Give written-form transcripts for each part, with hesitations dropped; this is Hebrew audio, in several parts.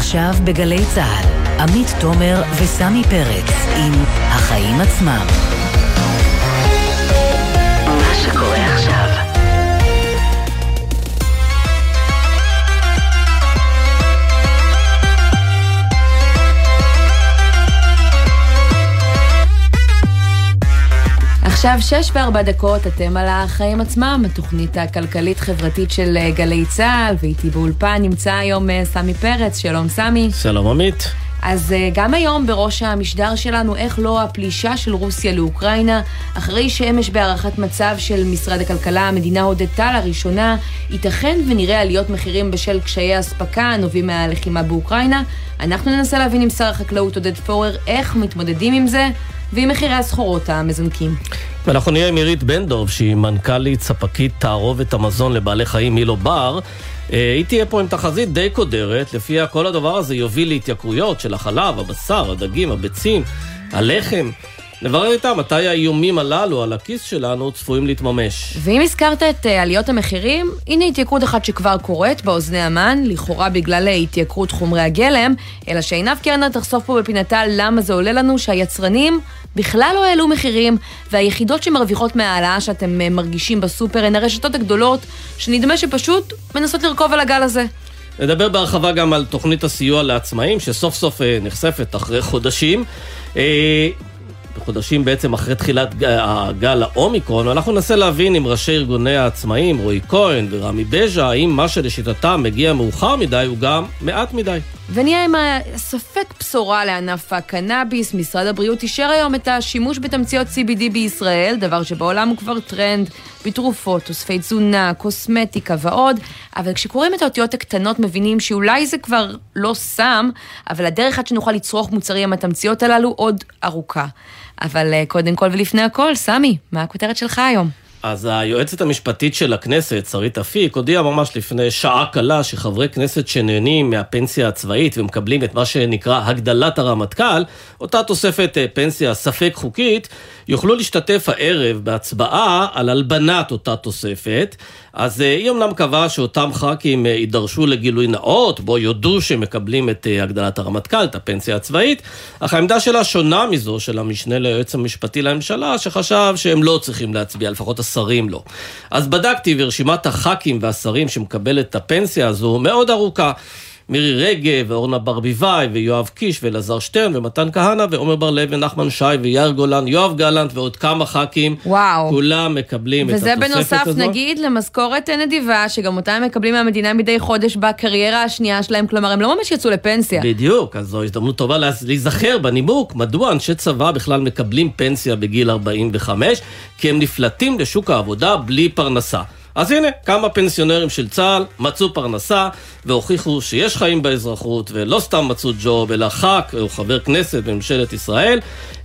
עכשיו בגלי צהל, עמית תומר וסמי פרץ עם החיים עצמם. מה שקורה עכשיו. עכשיו 6:04, אתם על החיים עצמם, התוכנית הכלכלית-חברתית של גלי צהל, ואיתי באולפן נמצא היום סמי פרץ. שלום סמי. שלום עמית. אז גם היום בראש המשדר שלנו, איך לא הפלישה של רוסיה לאוקראינה, אחרי שאמש בהערכת מצב של משרד הכלכלה, המדינה הודתה לראשונה, ייתכן ונראה עליות מחירים בשל קשיי הספקה הנובעים מהלחימה באוקראינה. אנחנו ננסה להבין עם שר החקלאות עודד פורר איך מתמודדים עם זה, ועם מחירי הסחורות המזנקים. ואנחנו נהיה עם עירית בן דוב, שהיא מנכ"לית ספקית תערובת המזון לבעלי חיים מילו בר. היא תהיה פה עם תחזית די קודרת, לפיה כל הדבר הזה יוביל להתייקרויות של החלב, הבשר, הדגים, הביצים, הלחם. נברר איתה מתי האיומים הללו על הכיס שלנו צפויים להתממש. ואם הזכרת את עליות המחירים, הנה התייקרות אחת שכבר קורית באוזני המן, לכאורה בגלל התייקרות חומרי הגלם, אלא שעינב קרנר תחשוף פה בפינתה למה זה עולה לנו שהיצרנים בכלל לא העלו מחירים, והיחידות שמרוויחות מהעלאה שאתם מרגישים בסופר הן הרשתות הגדולות, שנדמה שפשוט מנסות לרכוב על הגל הזה. נדבר בהרחבה גם על תוכנית הסיוע לעצמאים, שסוף סוף נחשפת אחרי חודשים. חודשים בעצם אחרי תחילת הגל האומיקרון, ואנחנו ננסה להבין עם ראשי ארגוני העצמאים, רועי כהן ורמי בז'ה, האם מה שלשיטתם מגיע מאוחר מדי הוא גם מעט מדי. ונהיה עם ספק בשורה לענף הקנאביס. משרד הבריאות אישר היום את השימוש בתמציות CBD בישראל, דבר שבעולם הוא כבר טרנד, בתרופות, תוספי תזונה, קוסמטיקה ועוד, אבל כשקוראים את האותיות הקטנות מבינים שאולי זה כבר לא סם, אבל הדרך עד שנוכל לצרוך מוצרים עם התמציות הללו עוד ארוכה. אבל קודם כל ולפני הכל, סמי, מה הכותרת שלך היום? אז היועצת המשפטית של הכנסת, שרית אפיק, הודיעה ממש לפני שעה קלה שחברי כנסת שנהנים מהפנסיה הצבאית ומקבלים את מה שנקרא הגדלת הרמטכ"ל, אותה תוספת פנסיה ספק חוקית, יוכלו להשתתף הערב בהצבעה על הלבנת אותה תוספת. אז היא אומנם קבעה שאותם ח"כים יידרשו לגילוי נאות, בו יודו שמקבלים את הגדלת הרמטכ"ל, את הפנסיה הצבאית, אך העמדה שלה שונה מזו של המשנה ליועץ המשפטי לממשלה, שחשב שהם לא צריכים להצביע, לפחות השרים לא. אז בדקתי, ורשימת הח"כים והשרים שמקבל את הפנסיה הזו מאוד ארוכה. מירי רגב ואורנה ברביבאי ויואב קיש ואלעזר שטרן ומתן כהנא ועומר בר לב ונחמן שי ויאיר גולן, יואב גלנט ועוד כמה ח"כים. וואו. כולם מקבלים את התוספת הזו. וזה בנוסף נגיד למשכורת נדיבה, שגם אותם מקבלים מהמדינה מדי חודש בקריירה השנייה שלהם, כלומר הם לא ממש יצאו לפנסיה. בדיוק, אז זו הזדמנות טובה להיזכר בנימוק, מדוע אנשי צבא בכלל מקבלים פנסיה בגיל 45, כי הם נפלטים לשוק העבודה בלי פרנסה. אז הנה, כמה פנסיונרים של צה"ל מצאו פרנסה והוכיחו שיש חיים באזרחות, ולא סתם מצאו ג'וב, אלא ח"כ או חבר כנסת בממשלת ישראל,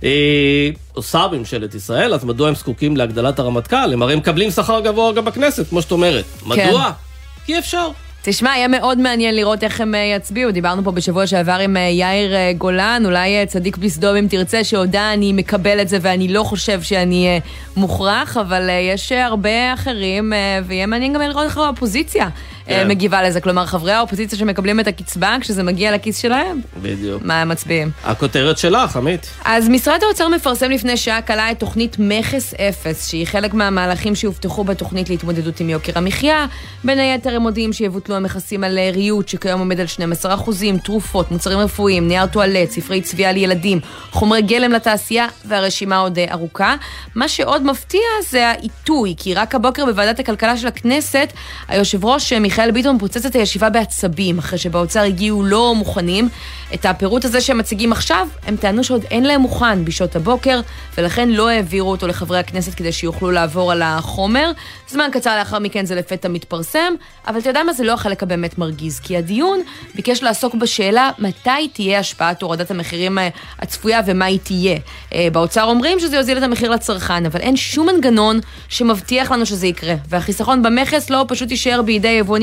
או שר בממשלת ישראל. אז מדוע הם זקוקים להגדלת הרמטכ"ל? הם הרי מקבלים שכר גבוה גם בכנסת, כמו שאת אומרת. מדוע? כי אפשר. תשמע, יהיה מאוד מעניין לראות איך הם יצביעו. דיברנו פה בשבוע שעבר עם יאיר גולן, אולי צדיק בסדום אם תרצה, שהודע אני מקבל את זה ואני לא חושב שאני מוכרח, אבל יש הרבה אחרים, ויהיה מעניין גם לראות איך האופוזיציה מגיבה לזה. כלומר, חברי האופוזיציה שמקבלים את הקצבה, כשזה מגיע לכיס שלהם, בדיוק. מה הם מצביעים? הכותרת שלך, עמית. אז משרד האוצר מפרסם לפני שעה קלה את תוכנית מכס אפס, שהיא חלק מהמהלכים שהובטחו בתוכנית להתמודדות עם יוקר המחיה. בין היתר הם מודיעים שיבוטלו המכסים על ריהוט, שכיום עומד על 12%, תרופות, מוצרים רפואיים, נייר טואלט, ספרי צביעה לילדים, חומרי גלם לתעשייה, והרשימה עוד ארוכה. מה שעוד מפתיע זה העיתוי, כי רק הבוקר בוועדת הכלכלה של הכנסת, היושב ראש מיכאל ביטון פוצץ את הישיבה בעצבים, אחרי שבאוצר הגיעו לא מוכנים. את הפירוט הזה שהם מציגים עכשיו, הם טענו שעוד אין להם מוכן בשעות הבוקר, ולכן לא העבירו אותו לחברי הכנסת כדי שיוכלו לעבור על החומר. זמן קצר לאחר מכן זה לפתע מתפרסם, אבל אתה יודע מה, זה לא החלק הבאמת מרגיז, כי הדיון ביקש לעסוק בשאלה מתי תהיה השפעת הורדת המחירים הצפויה ומה היא תהיה. באוצר אומרים שזה יוזיל את המחיר לצרכן, אבל אין שום מנגנון שמבטיח לנו שזה יקרה, והחיסכון במכס לא פשוט יישאר בידי יבואנים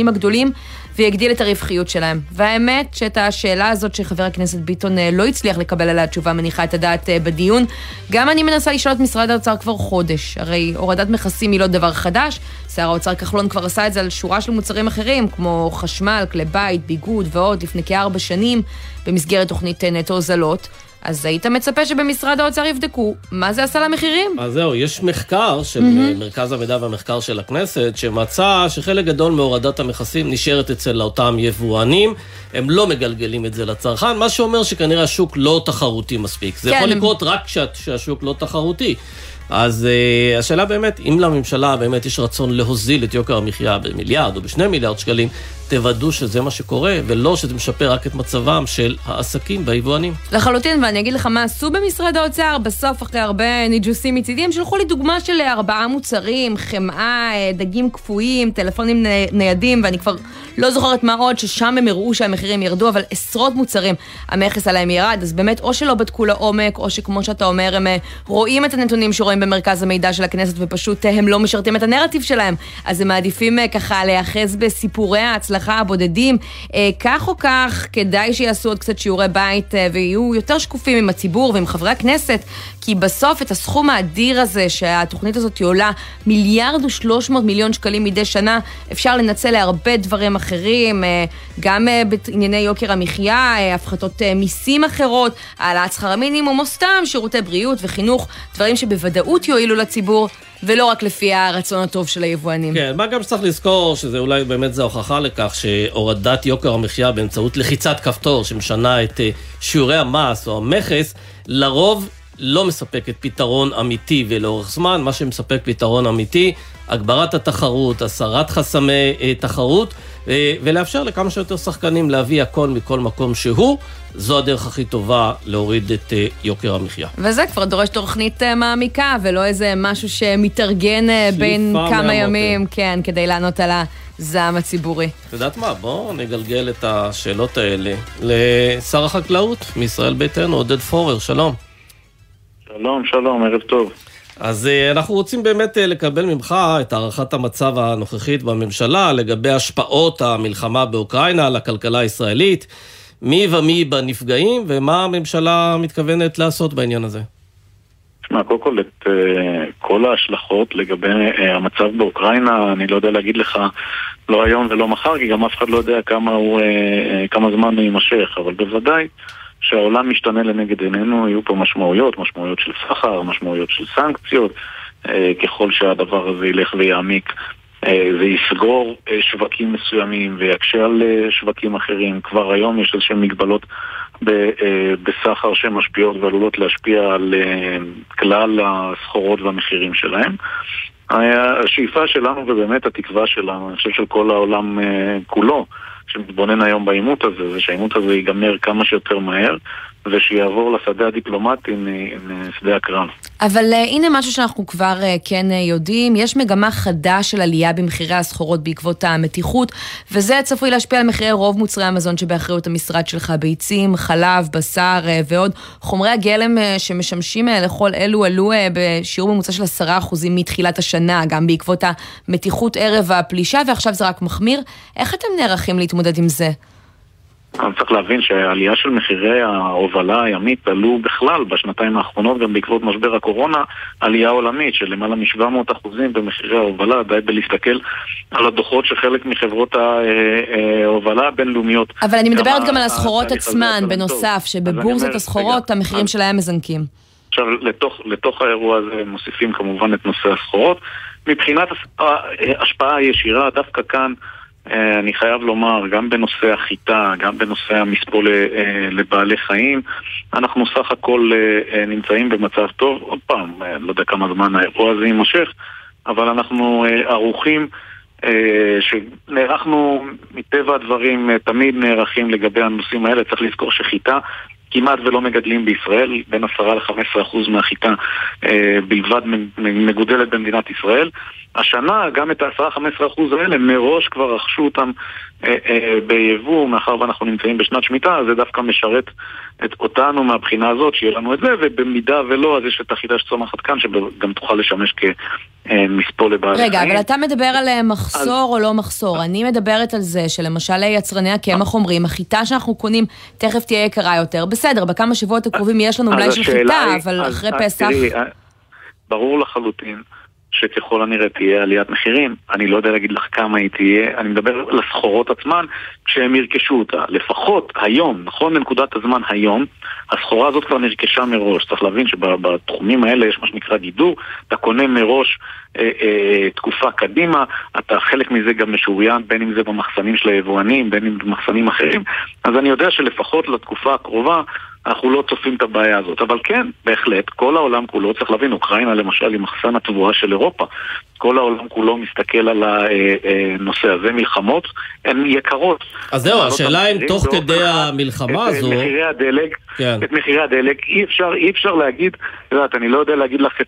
היבואנים הגדולים ויגדיל את הרווחיות שלהם. והאמת שאת השאלה הזאת שחבר הכנסת ביטון לא הצליח לקבל עליה תשובה מניחה את הדעת בדיון, גם אני מנסה לשאול את משרד האוצר כבר חודש. הרי הורדת מכסים היא לא דבר חדש, שר האוצר כחלון כבר עשה את זה על שורה של מוצרים אחרים, כמו חשמל, כלי בית, ביגוד ועוד לפני כ4 שנים, במסגרת תוכנית נטו הוזלות. אז היית מצפה שבמשרד האוצר יבדקו מה זה עשה למחירים? אז זהו, יש מחקר של מרכז המידע והמחקר של הכנסת, שמצא שחלק גדול מהורדת המכסים נשארת אצל אותם יבואנים, הם לא מגלגלים את זה לצרכן, מה שאומר שכנראה השוק לא תחרותי מספיק. זה יכול לקרות רק כשהשוק לא תחרותי. אז השאלה באמת, אם לממשלה באמת יש רצון להוזיל את יוקר המחיה במיליארד או ב2 מיליארד שקלים, תוודאו שזה מה שקורה, ולא שזה משפר רק את מצבם של העסקים והיבואנים. לחלוטין, ואני אגיד לך מה עשו במשרד האוצר, בסוף אחרי הרבה ניג'וסים מצידי, הם שלחו לי דוגמה של 4 מוצרים, חמאה, דגים קפואים, טלפונים ניידים, ואני כבר לא זוכרת מה עוד, ששם הם הראו שהמחירים ירדו, אבל עשרות מוצרים, המכס עליהם ירד, אז באמת או שלא בדקו לעומק, או שכמו שאתה אומר, הם רואים את הנתונים שרואים במרכז המידע של הכנסת, ופשוט הם לא משרתים את הנרטיב שלהם, אז הם מעדיפים ככה להיאחז בסיפורי ההצלחה הבודדים. כך או כך, כדאי שיעשו עוד קצת שיעורי בית, ויהיו יותר שקופים עם הציבור ועם חברי הכנסת, כי בסוף את הסכום האדיר הזה, שהתוכנית הזאת עולה 1.3 מיליארד שקלים מדי שנה, אפשר לנצל להרבה דברים אחרים, גם בענייני יוקר המחיה, הפחתות מיסים אחרות, העלאת שכר המינימום, או סתם שירותי בריאות וחינוך, דברים שבוודאות יועילו לציבור, ולא רק לפי הרצון הטוב של היבואנים. כן, מה גם שצריך לזכור, שזה אולי באמת זה הוכחה לכך, שהורדת יוקר המחיה באמצעות לחיצת כפתור, שמשנה את שיעורי המס או המכס, לרוב לא מספקת פתרון אמיתי ולאורך זמן. מה שמספק פתרון אמיתי, הגברת התחרות, הסרת חסמי תחרות, ולאפשר לכמה שיותר שחקנים להביא הכל מכל מקום שהוא. זו הדרך הכי טובה להוריד את יוקר המחיה. וזה כבר דורש תוכנית מעמיקה, ולא איזה משהו שמתארגן בין כמה ימים, כן, כדי לענות על הזעם הציבורי. את יודעת מה? בואו נגלגל את השאלות האלה לשר החקלאות מישראל ביתנו, עודד פורר. שלום. שלום, שלום, ערב טוב. אז אנחנו רוצים באמת לקבל ממך את הערכת המצב הנוכחית בממשלה לגבי השפעות המלחמה באוקראינה על הכלכלה הישראלית, מי ומי בנפגעים, ומה הממשלה מתכוונת לעשות בעניין הזה. תשמע, קודם כל את כל ההשלכות לגבי המצב באוקראינה, אני לא יודע להגיד לך לא היום ולא מחר, כי גם אף אחד לא יודע כמה זמן הוא יימשך, אבל בוודאי שהעולם משתנה לנגד עינינו, יהיו פה משמעויות של סחר, משמעויות של סנקציות, ככל שהדבר הזה ילך ויעמיק, זה יסגור שווקים מסוימים ויקשה על שווקים אחרים. כבר היום יש איזשהם מגבלות בסחר שמשפיעות ועלולות להשפיע על כלל הסחורות והמחירים שלהם. השאיפה שלנו ובאמת התקווה שלנו, אני חושב של כל העולם כולו, שמתבונן היום בעימות הזה, זה שהעימות הזה ייגמר כמה שיותר מהר, ושיעבור לשדה הדיפלומטי משדה הקרב. אבל הנה משהו שאנחנו כבר כן יודעים, יש מגמה חדה של עלייה במחירי הסחורות בעקבות המתיחות, וזה צפוי להשפיע על מחירי רוב מוצרי המזון שבאחריות המשרד שלך, ביצים, חלב, בשר ועוד. חומרי הגלם שמשמשים לכל אלו עלו בשיעור ממוצע של 10% מתחילת השנה, גם בעקבות המתיחות ערב הפלישה, ועכשיו זה רק מחמיר. איך אתם נערכים להתמודד עם זה? אני צריך להבין שהעלייה של מחירי ההובלה הימית עלו בכלל בשנתיים האחרונות, גם בעקבות משבר הקורונה, עלייה עולמית של למעלה מ-700% במחירי ההובלה. די בלהסתכל על הדוחות שחלק מחברות ההובלה הבינלאומיות. אבל אני מדברת גם על הסחורות עצמן, בנוסף, שבבורסת הסחורות המחירים שלהם מזנקים. עכשיו, לתוך האירוע הזה מוסיפים כמובן את נושא הסחורות. מבחינת ההשפעה הישירה, דווקא כאן, אני חייב לומר, גם בנושא החיטה, גם בנושא המספוא לבעלי חיים, אנחנו סך הכל נמצאים במצב טוב. עוד פעם, לא יודע כמה זמן האירוע הזה יימשך, אבל אנחנו ערוכים, שנערכנו מטבע הדברים, תמיד נערכים לגבי הנושאים האלה. צריך לזכור שחיטה כמעט ולא מגדלים בישראל, בין 10-15% מהחיטה בלבד מגודלת במדינת ישראל. השנה גם את ה10-15% האלה מראש כבר רכשו אותם ביבוא, מאחר ואנחנו נמצאים בשנת שמיטה, זה דווקא משרת את אותנו מהבחינה הזאת, שיהיה לנו את זה, ובמידה ולא, אז יש את החיטה שצומחת כאן, שגם תוכל לשמש כמספול לבעלי חיים. רגע, אבל אתה מדבר על מחסור או לא מחסור. אני מדברת על זה שלמשל יצרני הקמח אומרים, החיטה שאנחנו קונים תכף תהיה יקרה יותר. בסדר, בכמה שבועות הקרובים יש לנו אולי של חיטה, אבל אחרי פסח... ברור לחלוטין שככל הנראה תהיה עליית מחירים. אני לא יודע להגיד לך כמה היא תהיה, אני מדבר על הסחורות עצמן כשהם ירכשו אותה. לפחות היום, נכון לנקודת הזמן היום, הסחורה הזאת כבר נרכשה מראש. צריך להבין שבתחומים האלה יש מה שנקרא גידור, אתה קונה מראש תקופה קדימה, אתה חלק מזה גם משוריין, בין אם זה במחסנים של היבואנים, בין אם במחסנים אחרים, אז אני יודע שלפחות לתקופה הקרובה אנחנו לא צופים את הבעיה הזאת. אבל כן, בהחלט, כל העולם כולו, צריך להבין, אוקראינה למשל היא מחסן התבואה של אירופה, כל העולם כולו מסתכל על הנושא הזה, מלחמות, הן יקרות. אז זהו, השאלה אם תוך כדי המלחמה הזו... את מחירי הדלק, אי אפשר להגיד, אני לא יודע להגיד לך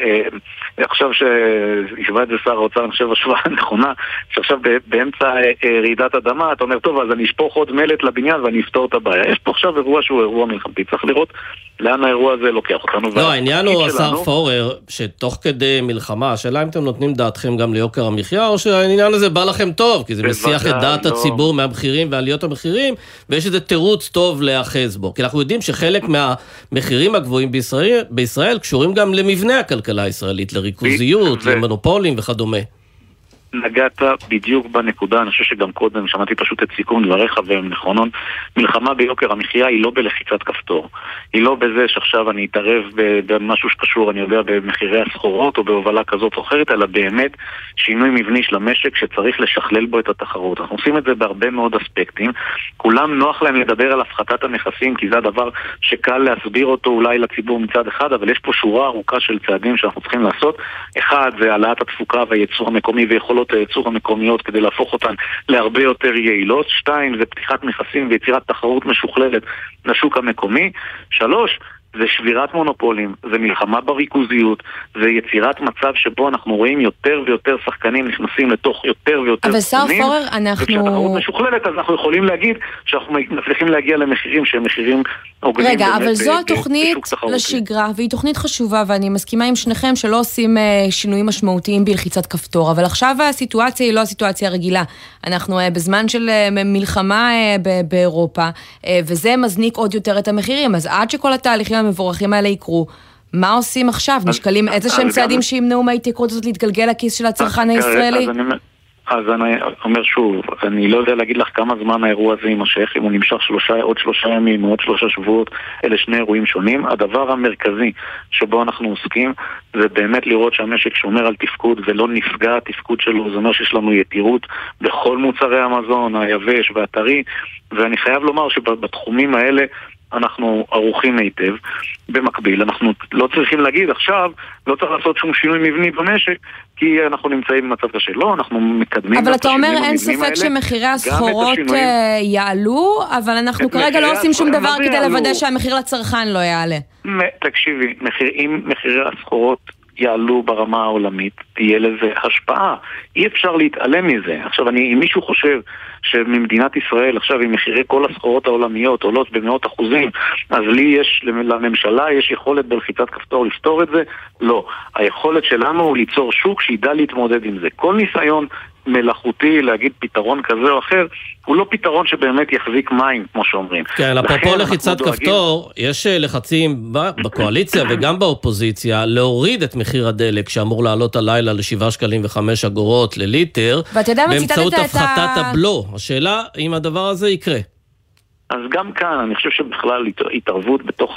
עכשיו שישבה את זה שר האוצר, אני חושב השוואה נכונה, שעכשיו באמצע רעידת אדמה, אתה אומר, טוב, אז אני אשפוך עוד מלט לבניין ואני אפתור את הבעיה. יש פה עכשיו אירוע שהוא אירוע מלחמתי, צריך לראות לאן האירוע הזה לוקח אותנו. לא, העניין הוא, השר פורר, שתוך כדי מלחמה, השאלה אם אתם נותנים דעתכם גם ליוקר המחיה, או שהעניין הזה בא לכם טוב, כי זה מסיח את דעת הציבור מהמחירים ועליות המחירים, ויש איזה תירוץ טוב להאחז בו. כי אנחנו יודעים שחלק מהמחירים הגבוהים בישראל קשורים גם למבנה הכלכלה הישראלית, לריכוזיות, למונופולים וכדומה. נגעת בדיוק בנקודה, אני חושב שגם קודם שמעתי פשוט את סיכום דבריך והם נכונון. מלחמה ביוקר המחיה היא לא בלחיצת כפתור, היא לא בזה שעכשיו אני אתערב במשהו שקשור, אני יודע, במחירי הסחורות או בהובלה כזאת או אחרת, אלא באמת שינוי מבני של המשק שצריך לשכלל בו את התחרות. אנחנו עושים את זה בהרבה מאוד אספקטים, כולם נוח להם לדבר על הפחתת המכסים, כי זה הדבר שקל להסביר אותו אולי לציבור מצד אחד, אבל יש פה שורה ארוכה של צעדים שאנחנו צריכים לעשות. אחד, זה העלאת התפוקה והייצור המקומי ויכולות הייצור המקומיות כדי להפוך אותן להרבה יותר יעילות. 2, זה פתיחת מכסים ויצירת תחרות משוכללת לשוק המקומי. 3, זה שבירת מונופולים, זה מלחמה בריכוזיות, זה יצירת מצב שבו אנחנו רואים יותר ויותר שחקנים נכנסים לתוך יותר ויותר אבל שר פורר, וכשהתחרות משוכללת, אז אנחנו יכולים להגיד שאנחנו מצליחים להגיע למחירים שהם מחירים הוגנים. רגע, אבל זו התוכנית לשגרה, והיא תוכנית חשובה, ואני מסכימה עם שניכם שלא עושים שינויים משמעותיים בלחיצת כפתור, אבל עכשיו הסיטואציה היא לא הסיטואציה הרגילה. אנחנו בזמן של מלחמה באירופה, וזה מזניק עוד יותר את המחירים, אז עד שכל התהליכים המבורכים האלה יקרו, מה עושים עכשיו? נשקלים איזה שהם צעדים שימנעו מההתייקרות הזאת להתגלגל לכיס של הצרכן הישראלי? אז אני אומר שוב, אני לא יודע להגיד לך כמה זמן האירוע הזה יימשך, אם הוא נמשך עוד 3 ימים או עוד 3 שבועות, אלה שני אירועים שונים. הדבר המרכזי שבו אנחנו עוסקים זה באמת לראות שהמשק שומר על תפקוד ולא נפגע התפקוד שלו. זה אומר שיש לנו יתירות בכל מוצרי המזון, היבש והטרי, ואני חייב לומר שבתחומים האלה אנחנו ערוכים היטב. במקביל, אנחנו לא צריכים להגיד עכשיו, לא צריך לעשות שום שינוי מבני במשק, כי אנחנו נמצאים במצב קשה. לא, אנחנו מקדמים. אבל אתה אומר, אין ספק שמחירי הסחורות יעלו, אבל אנחנו כרגע לא עושים שום דבר כדי לוודא שהמחיר לצרכן לא יעלה. תקשיבי, אם מחירי הסחורות יעלו ברמה העולמית, תהיה לזה השפעה. אי אפשר להתעלם מזה. עכשיו, אם מישהו חושב שממדינת ישראל, עכשיו, עם מחירי כל הסחורות העולמיות עולות במאות אחוזים, אז לממשלה יש יכולת בלחיצת כפתור לפתור את זה? לא. היכולת שלנו הוא ליצור שוק שידע להתמודד עם זה. כל ניסיון מלאכותי להגיד פתרון כזה או אחר, הוא לא פתרון שבאמת יחזיק מים, כמו שאומרים. כן, אפרופו לחיצת כפתור, יש לחצים בקואליציה וגם באופוזיציה להוריד את מחיר הדלק שאמור לעלות הלילה ל7.05 שקלים לליטר, באמצעות הפחתת הבלו. השאלה אם הדבר הזה יקרה. אז גם כאן אני חושב שבכלל התערבות בתוך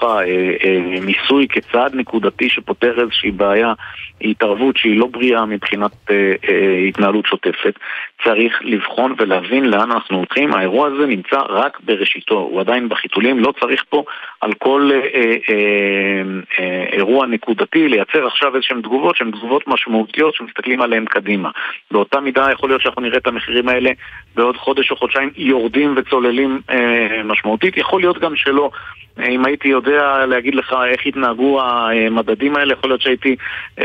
המיסוי כצעד נקודתי שפותר איזושהי בעיה, היא התערבות שהיא לא בריאה מבחינת התנהלות שוטפת. צריך לבחון ולהבין לאן אנחנו הולכים. האירוע הזה נמצא רק בראשיתו, הוא עדיין בחיתולים, לא צריך פה על כל אירוע נקודתי לייצר עכשיו איזשהם תגובות שהן תגובות משמעותיות שמסתכלים עליהן קדימה. באותה מידה יכול להיות שאנחנו נראה את המחירים האלה בעוד חודש או חודשיים יורדים וצוללים משמעותית, יכול להיות גם שלא. אם הייתי יודע להגיד לך איך התנהגו המדדים האלה, יכול להיות שהייתי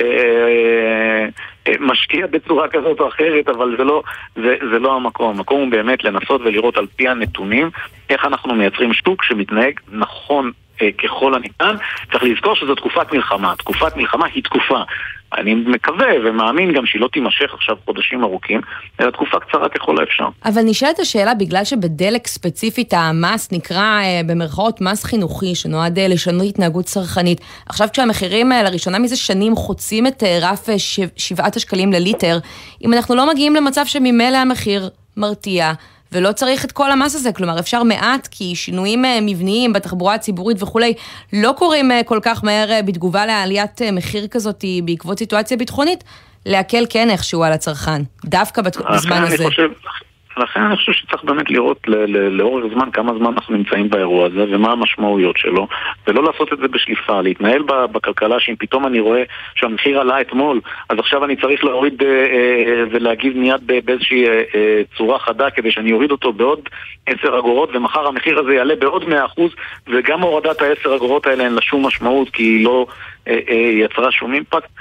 משקיע בצורה כזאת או אחרת, אבל זה לא המקום. המקום הוא באמת לנסות ולראות על פי הנתונים איך אנחנו מייצרים שוק שמתנהג נכון ככל הניתן. צריך לזכור שזו תקופת מלחמה. תקופת מלחמה היא תקופה. אני מקווה ומאמין גם שהיא לא תימשך עכשיו חודשים ארוכים, אלא תקופה קצרה ככל האפשר. אבל נשאלת השאלה, בגלל שבדלק ספציפית המס נקרא במרכאות מס חינוכי, שנועד לשנות התנהגות צרכנית. עכשיו כשהמחירים לראשונה מזה שנים חוצים את רף 7 שקלים לליטר, אם אנחנו לא מגיעים למצב שממילא המחיר מרתיע, ולא צריך את כל המס הזה, כלומר אפשר מעט, כי שינויים מבניים בתחבורה הציבורית וכולי, לא קורים כל כך מהר בתגובה לעליית מחיר כזאת בעקבות סיטואציה ביטחונית, להקל כן איכשהו על הצרכן, דווקא בזמן הזה. לכן אני חושב שצריך באמת לראות לאורך זמן כמה זמן אנחנו נמצאים באירוע הזה ומה המשמעויות שלו, ולא לעשות את זה בשליפה, להתנהל בכלכלה שאם פתאום אני רואה שהמחיר עלה אתמול, אז עכשיו אני צריך להוריד ולהגיב מיד באיזושהי צורה חדה כדי שאני אוריד אותו בעוד 10 אגורות, ומחר המחיר הזה יעלה בעוד 100%, וגם הורדת ה10 אגורות האלה אין לה שום משמעות כי היא לא יצרה שום אימפקט.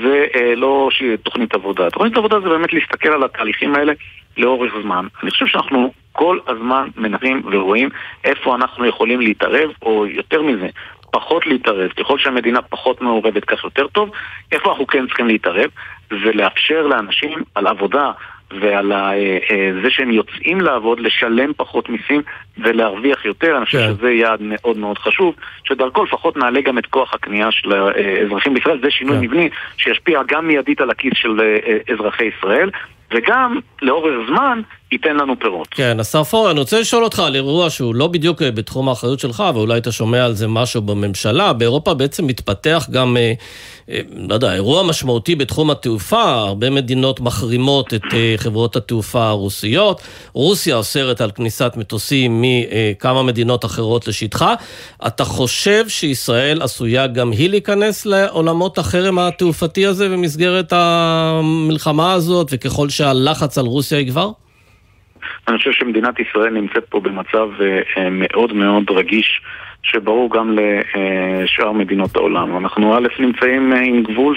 ולא תוכנית עבודה. תוכנית עבודה זה באמת להסתכל על התהליכים האלה לאורך זמן. אני חושב שאנחנו כל הזמן מנסים ורואים איפה אנחנו יכולים להתערב, או יותר מזה, פחות להתערב. ככל שהמדינה פחות מעורבת כך יותר טוב, איפה אנחנו כן צריכים להתערב, ולאפשר לאנשים על עבודה ועל זה שהם יוצאים לעבוד, לשלם פחות מיסים ולהרוויח יותר. אני חושב שזה יעד מאוד מאוד חשוב, שדרכו לפחות נעלה גם את כוח הקנייה של האזרחים בישראל. זה שינוי מבני שישפיע גם מיידית על הכיס של אזרחי ישראל, וגם לאורך זמן ייתן לנו פירות. כן, השר פורר, אני רוצה לשאול אותך על אירוע שהוא לא בדיוק בתחום האחריות שלך, ואולי אתה שומע על זה משהו בממשלה. באירופה בעצם מתפתח גם, לא יודע, אירוע משמעותי בתחום התעופה. הרבה מדינות מחרימות את חברות התעופה הרוסיות. רוסיה אוסרת על כניסת מטוסים מכמה מדינות אחרות לשטחה. אתה חושב שישראל עשויה גם היא להיכנס לעולמות החרם התעופתי הזה במסגרת המלחמה הזאת, וככל שהלחץ על רוסיה יגבר? אני חושב שמדינת ישראל נמצאת פה במצב מאוד מאוד רגיש, שברור גם לשאר מדינות העולם. אנחנו א' נמצאים עם גבול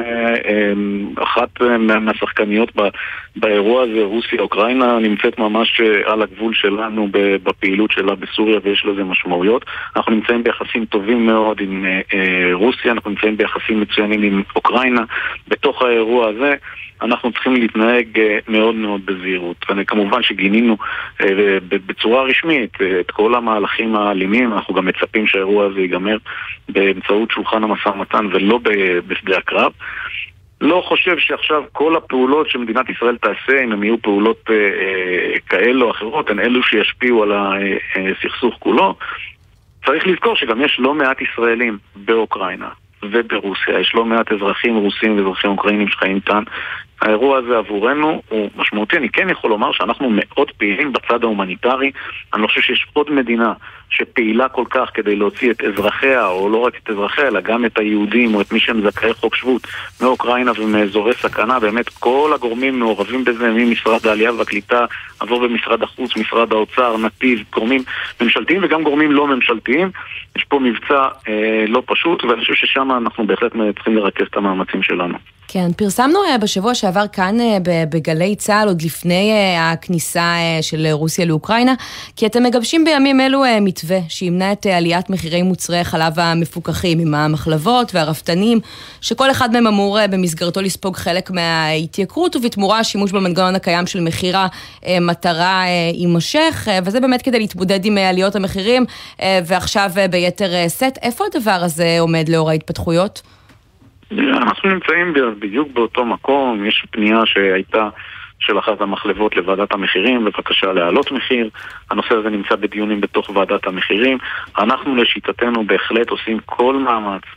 שאחת מהשחקניות באירוע הזה, רוסיה, אוקראינה, נמצאת ממש על הגבול שלנו בפעילות שלה בסוריה, ויש לזה משמעויות. אנחנו נמצאים ביחסים טובים מאוד עם רוסיה, אנחנו נמצאים ביחסים מצוינים עם אוקראינה. בתוך האירוע הזה אנחנו צריכים להתנהג מאוד מאוד בזהירות. וכמובן שגינינו בצורה רשמית את כל המהלכים האלימים. אנחנו גם מצפים שהאירוע הזה ייגמר באמצעות שולחן המשא ומתן ולא בשדה הקרב. לא חושב שעכשיו כל הפעולות שמדינת ישראל תעשה, אם הם יהיו פעולות כאלו או אחרות, הן אלו שישפיעו על הסכסוך כולו. צריך לזכור שגם יש לא מעט ישראלים באוקראינה וברוסיה, יש לא מעט אזרחים רוסים ואזרחים אוקראינים שחיים כאן. האירוע הזה עבורנו הוא משמעותי. אני כן יכול לומר שאנחנו מאוד פעילים בצד ההומניטרי. אני לא חושב שיש עוד מדינה שפעילה כל כך כדי להוציא את אזרחיה, או לא רק את אזרחיה, אלא גם את היהודים או את מי שהם זכאי חוק שבות מאוקראינה ומאזורי סכנה. באמת כל הגורמים מעורבים בזה, ממשרד העלייה והקליטה, עבור במשרד החוץ, משרד האוצר, נתיב, גורמים ממשלתיים וגם גורמים לא ממשלתיים. יש פה מבצע לא פשוט, ואני חושב ששם אנחנו בהחלט צריכים לרכז את המאמצים שלנו. כן, פרסמנו בשבוע שעבר כאן בגלי צהל, עוד לפני הכניסה של רוסיה לאוקראינה, כי אתם מגבשים בימים אלו מתווה שימנע את עליית מחירי מוצרי חלב המפוקחים עם המחלבות והרפתנים, שכל אחד מהם אמור במסגרתו לספוג חלק מההתייקרות, ובתמורה השימוש במנגנון הקיים של מחיר המטרה יימשך, וזה באמת כדי להתמודד עם עליות המחירים, ועכשיו ביתר סט. איפה הדבר הזה עומד לאור ההתפתחויות? אנחנו נמצאים בדיוק באותו מקום. יש פנייה שהייתה של אחת המחלבות לוועדת המחירים, בבקשה להעלות מחיר. הנושא הזה נמצא בדיונים בתוך ועדת המחירים. אנחנו לשיטתנו בהחלט עושים כל מאמץ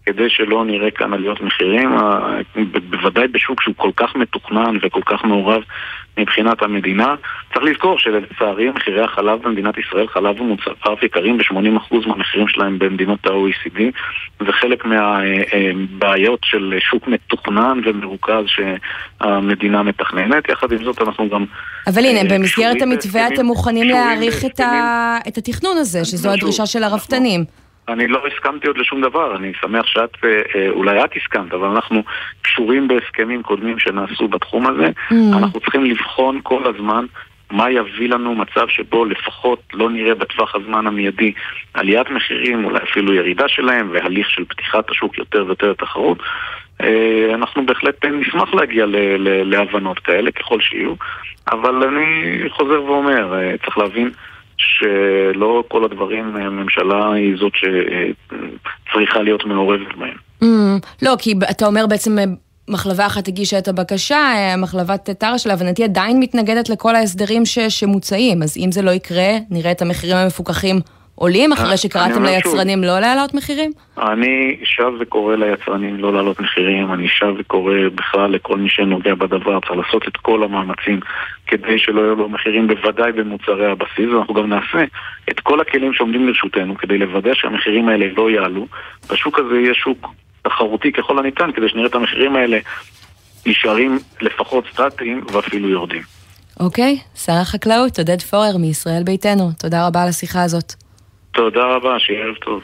כדי שלא נראה כאן עליות מחירים, בוודאי בשוק שהוא כל כך מתוכנן וכל כך מעורב מבחינת המדינה. צריך לזכור שלצערי מחירי החלב במדינת ישראל, חלב ומוצר יקרים ב-80% מהמחירים שלהם במדינות ה-OECD, זה חלק מהבעיות של שוק מתוכנן ומרוכז שהמדינה מתכננת. יחד עם זאת אנחנו גם... אבל הנה, במסגרת המתווה אתם מוכנים להעריך את התכנון הזה, שזו הדרישה של הרפתנים. אני לא הסכמתי עוד לשום דבר, אני שמח שאת, אולי את הסכמת, אבל אנחנו קשורים בהסכמים קודמים שנעשו בתחום הזה. אנחנו צריכים לבחון כל הזמן מה יביא לנו מצב שבו לפחות לא נראה בטווח הזמן המיידי עליית מחירים, אולי אפילו ירידה שלהם, והליך של פתיחת השוק יותר ויותר תחרות. אנחנו בהחלט נשמח להגיע להבנות כאלה ככל שיהיו, אבל אני חוזר ואומר, צריך להבין שלא כל הדברים הממשלה היא זאת שצריכה להיות מעורבת בהם. לא, כי אתה אומר בעצם מחלבה אחת הגישה את הבקשה, מחלבת טרה של הבנתי עדיין מתנגדת לכל ההסדרים שמוצאים, אז אם זה לא יקרה, נראה את המחירים המפוקחים עולים, אחרי שקראתם ליצרנים לא להעלות מחירים? אני שב וקורא ליצרנים לא להעלות מחירים, אני שב וקורא בכלל לכל מי שנוגע בדבר, צריך לעשות את כל המאמצים כדי שלא יהיו לו מחירים, בוודאי במוצרי הבסיס, ואנחנו גם נעשה את כל הכלים שעומדים לרשותנו כדי לוודא שהמחירים האלה לא יעלו, והשוק הזה יהיה שוק תחרותי ככל הניתן, כדי שנראה את המחירים האלה נשארים לפחות סטטיים ואפילו יורדים. אוקיי, שר החקלאות, עודד פורר מישראל ביתנו, תודה רבה על השיחה הזאת. תודה רבה, שיהיה ערב טוב.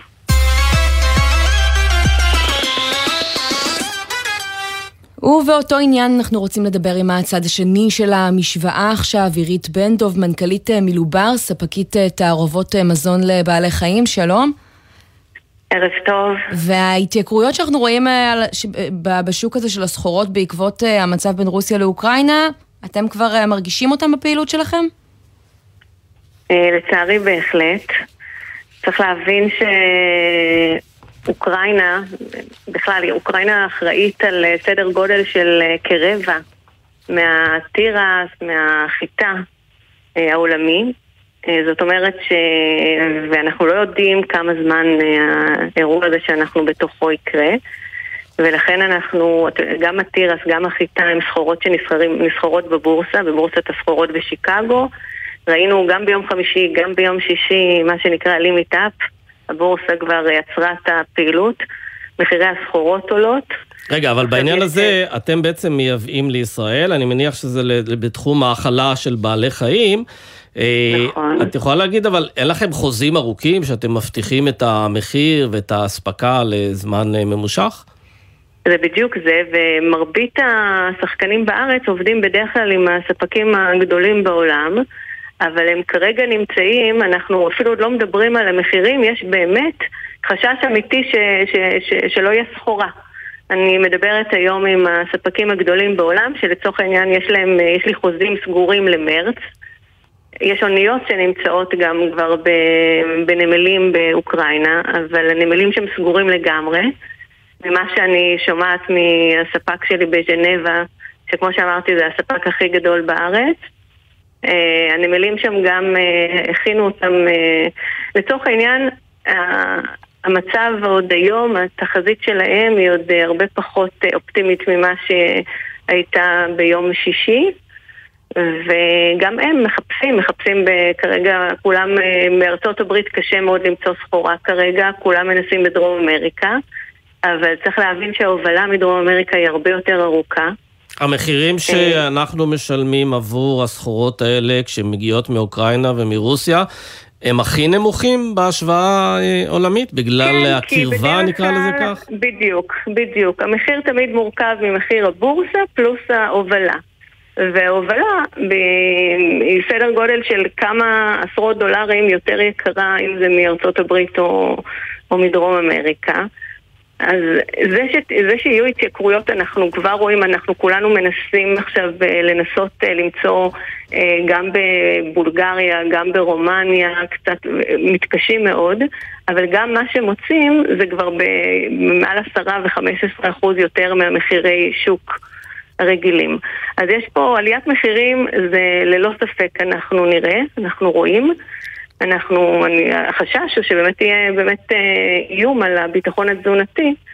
ובאותו עניין אנחנו רוצים לדבר עם הצד השני של המשוואה עכשיו, עירית בן דוב, מנכ"לית מילובר, ספקית תערובות מזון לבעלי חיים, שלום. ערב טוב. וההתייקרויות שאנחנו רואים בשוק הזה של הסחורות בעקבות המצב בין רוסיה לאוקראינה, אתם כבר מרגישים אותם בפעילות שלכם? לצערי בהחלט. צריך להבין שאוקראינה, בכלל, אוקראינה אחראית על סדר גודל של כרבע מהתירס, מהחיטה העולמי. זאת אומרת ואנחנו לא יודעים כמה זמן האירוע הזה שאנחנו בתוכו יקרה, ולכן אנחנו, גם התירס, גם החיטה, הם סחורות שנסחרות בבורסת הסחורות בשיקגו. ראינו גם ביום חמישי, גם ביום שישי, מה שנקרא לימיט אפ, הבורסה כבר יצרה את הפעילות, מחירי הסחורות עולות. רגע, אבל בעניין הזה אתם בעצם מייבאים לישראל, אני מניח שזה בתחום האכלה של בעלי חיים. נכון. את יכולה להגיד, אבל אין לכם חוזים ארוכים שאתם מבטיחים את המחיר ואת ההספקה לזמן ממושך? זה בדיוק זה, ומרבית השחקנים בארץ עובדים בדרך כלל עם הספקים הגדולים בעולם, אבל הם כרגע נמצאים, אנחנו אפילו עוד לא מדברים על המחירים, יש באמת חשש אמיתי שלא יהיה סחורה. אני מדברת היום עם הספקים הגדולים בעולם, שלצורך העניין יש לי חוזים סגורים למרץ. יש אוניות שנמצאות גם כבר בנמלים באוקראינה, אבל הנמלים שהם סגורים לגמרי. ומה שאני שומעת מהספק שלי בז'נבה, שכמו שאמרתי זה הספק הכי גדול בארץ, הנמלים שם גם הכינו אותם, לצורך העניין המצב עוד היום, התחזית שלהם היא עוד הרבה פחות אופטימית ממה שהייתה ביום שישי, וגם הם מחפשים כרגע, כולם מארצות הברית קשה מאוד למצוא סחורה כרגע, כולם מנסים בדרום אמריקה, אבל צריך להבין שההובלה מדרום אמריקה היא הרבה יותר ארוכה. המחירים שאנחנו משלמים עבור הסחורות האלה כשמגיעות מאוקראינה ומרוסיה, הם הכי נמוכים בהשוואה עולמית? בגלל הקרבה נקרא לזה כך? בדיוק. המחיר תמיד מורכב ממחיר הבורסה פלוס ההובלה. וההובלה היא סדר גודל של כמה עשרות דולרים יותר יקרה, אם זה מארצות הברית או מדרום אמריקה. אז זה שיהיו התייקרויות אנחנו כבר רואים, אנחנו כולנו מנסים עכשיו לנסות למצוא גם בבולגריה, גם ברומניה, קצת מתקשים מאוד, אבל גם מה שמוצאים זה כבר במעל 10% ו-15% יותר מהמחירי שוק הרגילים. אז יש פה עליית מחירים, זה ללא ספק אנחנו נראה, אנחנו רואים. החשש הוא שבאמת יהיה באמת איום על הביטחון התזונתי,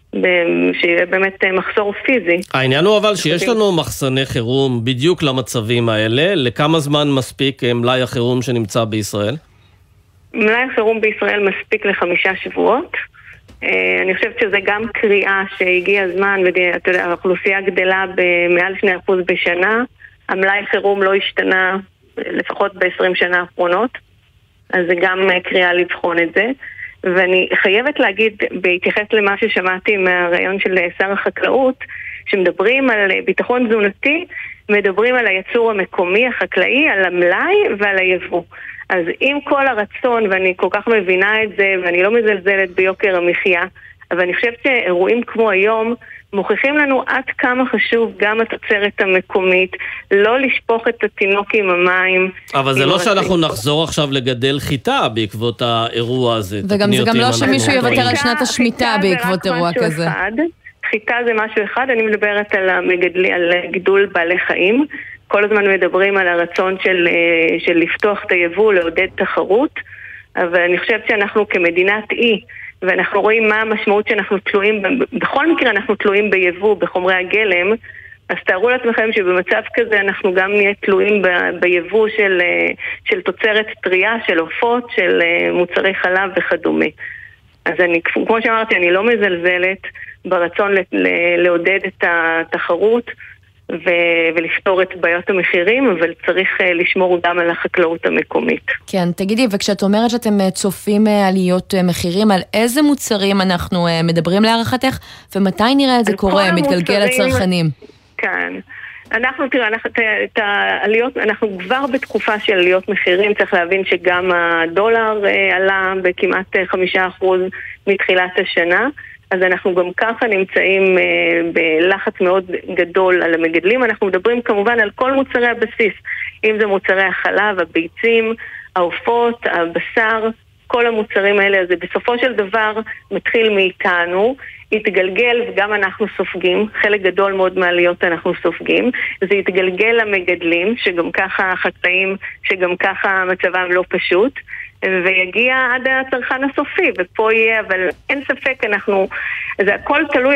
שיהיה באמת מחסור פיזי. העניין הוא אבל שיש לנו מחסני חירום בדיוק למצבים האלה. לכמה זמן מספיק מלאי החירום שנמצא בישראל? מלאי החירום בישראל מספיק ל5 שבועות. אני חושבת שזה גם קריאה שהגיע הזמן, ואתה יודע, האוכלוסייה גדלה במעל 2% בשנה. המלאי החירום לא השתנה לפחות ב-20 שנה האחרונות. אז זה גם קריאה לבחון את זה. ואני חייבת להגיד, בהתייחס למה ששמעתי מהרעיון של שר החקלאות, שמדברים על ביטחון תזונתי, מדברים על הייצור המקומי החקלאי, על המלאי ועל היבוא. אז עם כל הרצון, ואני כל כך מבינה את זה, ואני לא מזלזלת ביוקר המחיה, אבל אני חושבת שאירועים כמו היום מוכיחים לנו עד כמה חשוב גם התוצרת המקומית, לא לשפוך את התינוק עם המים. אבל זה לא שאנחנו נחזור עכשיו לגדל חיטה בעקבות האירוע הזה. וגם זה גם לא שמישהו יוותר על שנת השמיטה בעקבות אירוע כזה. חיטה זה משהו אחד, אני מדברת על גידול בעלי חיים. כל הזמן מדברים על הרצון של לפתוח את היבוא, לעודד תחרות, אבל אני חושבת שאנחנו כמדינת אי, ואנחנו רואים מה המשמעות שאנחנו תלויים, בכל מקרה אנחנו תלויים ביבוא, בחומרי הגלם, אז תארו לעצמכם שבמצב כזה אנחנו גם נהיה תלויים ביבוא של תוצרת טריה, של עופות, של מוצרי חלב וכדומה. אז כמו שאמרתי, אני לא מזלזלת ברצון לעודד את התחרות, ולפתור את בעיות המחירים, אבל צריך לשמור גם על החקלאות המקומית. כן, תגידי, וכשאת אומרת שאתם צופים עליות מחירים, על איזה מוצרים אנחנו מדברים להערכתך, ומתי נראה את זה קורה, מתגלגל לצרכנים? כן. את העליות, אנחנו כבר בתקופה של עליות מחירים, צריך להבין שגם הדולר עלה בכמעט 5% מתחילת השנה, אז אנחנו גם ככה נמצאים בלחץ מאוד גדול על המגדלים. אנחנו מדברים כמובן על כל מוצרי הבסיס, אם זה מוצרי החלב, הביצים, העופות, הבשר, כל המוצרים האלה. אז בסופו של דבר מתחיל מאיתנו, יתגלגל וגם אנחנו סופגים, חלק גדול מאוד מעליות אנחנו סופגים, זה יתגלגל למגדלים, שגם ככה החקלאים, שגם ככה מצבם לא פשוט, ויגיע עד הצרכן הסופי, ופה יהיה, אבל אין ספק, זה הכל תלוי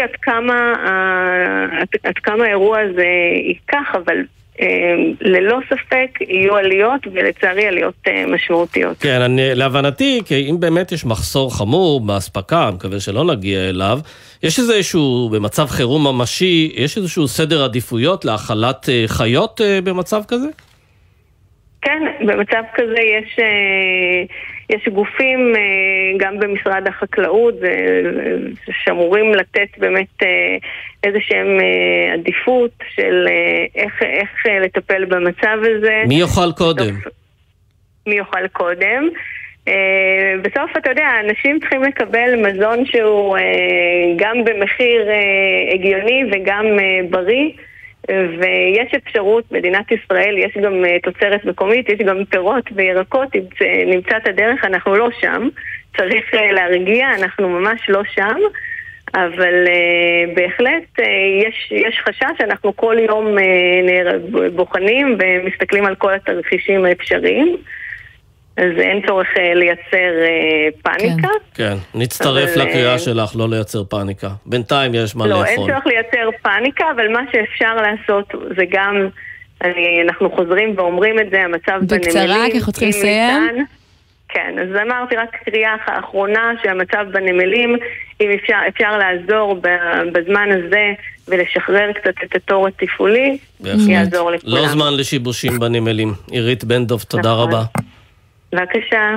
עד כמה האירוע הזה ייקח, אבל ללא ספק יהיו עליות, ולצערי עליות משמעותיות. כן, להבנתי, כי אם באמת יש מחסור חמור בהספקה, אני מקווה שלא נגיע אליו, יש איזשהו, במצב חירום ממשי, יש איזשהו סדר עדיפויות להאכלת חיות במצב כזה? כן, במצב כזה יש גופים גם במשרד החקלאות שאמורים לתת באמת איזשהם עדיפות של איך לטפל במצב הזה. מי יאכל קודם? מי יאכל קודם? בסוף אתה יודע, אנשים צריכים לקבל מזון שהוא גם במחיר הגיוני וגם בריא, ויש אפשרות, מדינת ישראל, יש גם תוצרת מקומית, יש גם פירות וירקות, נמצא את הדרך, אנחנו לא שם, צריך להרגיע, אנחנו ממש לא שם, אבל בהחלט יש חשש שאנחנו כל יום בוחנים ומסתכלים על כל התרחישים האפשריים, אז אין צורך לייצר פאניקה. כן, נצטרף לקריאה שלך, לא לייצר פאניקה. בינתיים יש מה לאכול. לא, אין צורך לייצר פאניקה, אבל מה שאפשר לעשות זה גם, אנחנו חוזרים ואומרים את זה, המצב בנמלים. בקצרה, כי אנחנו צריכים לסיים. כן, אז אמרתי רק קריאה האחרונה שהמצב בנמלים, אם אפשר לעזור בזמן הזה ולשחרר קצת את התור התפעולי, יעזור לכולם. לא זמן לשיבושים בנמלים. עירית בן דב, תודה רבה. בבקשה.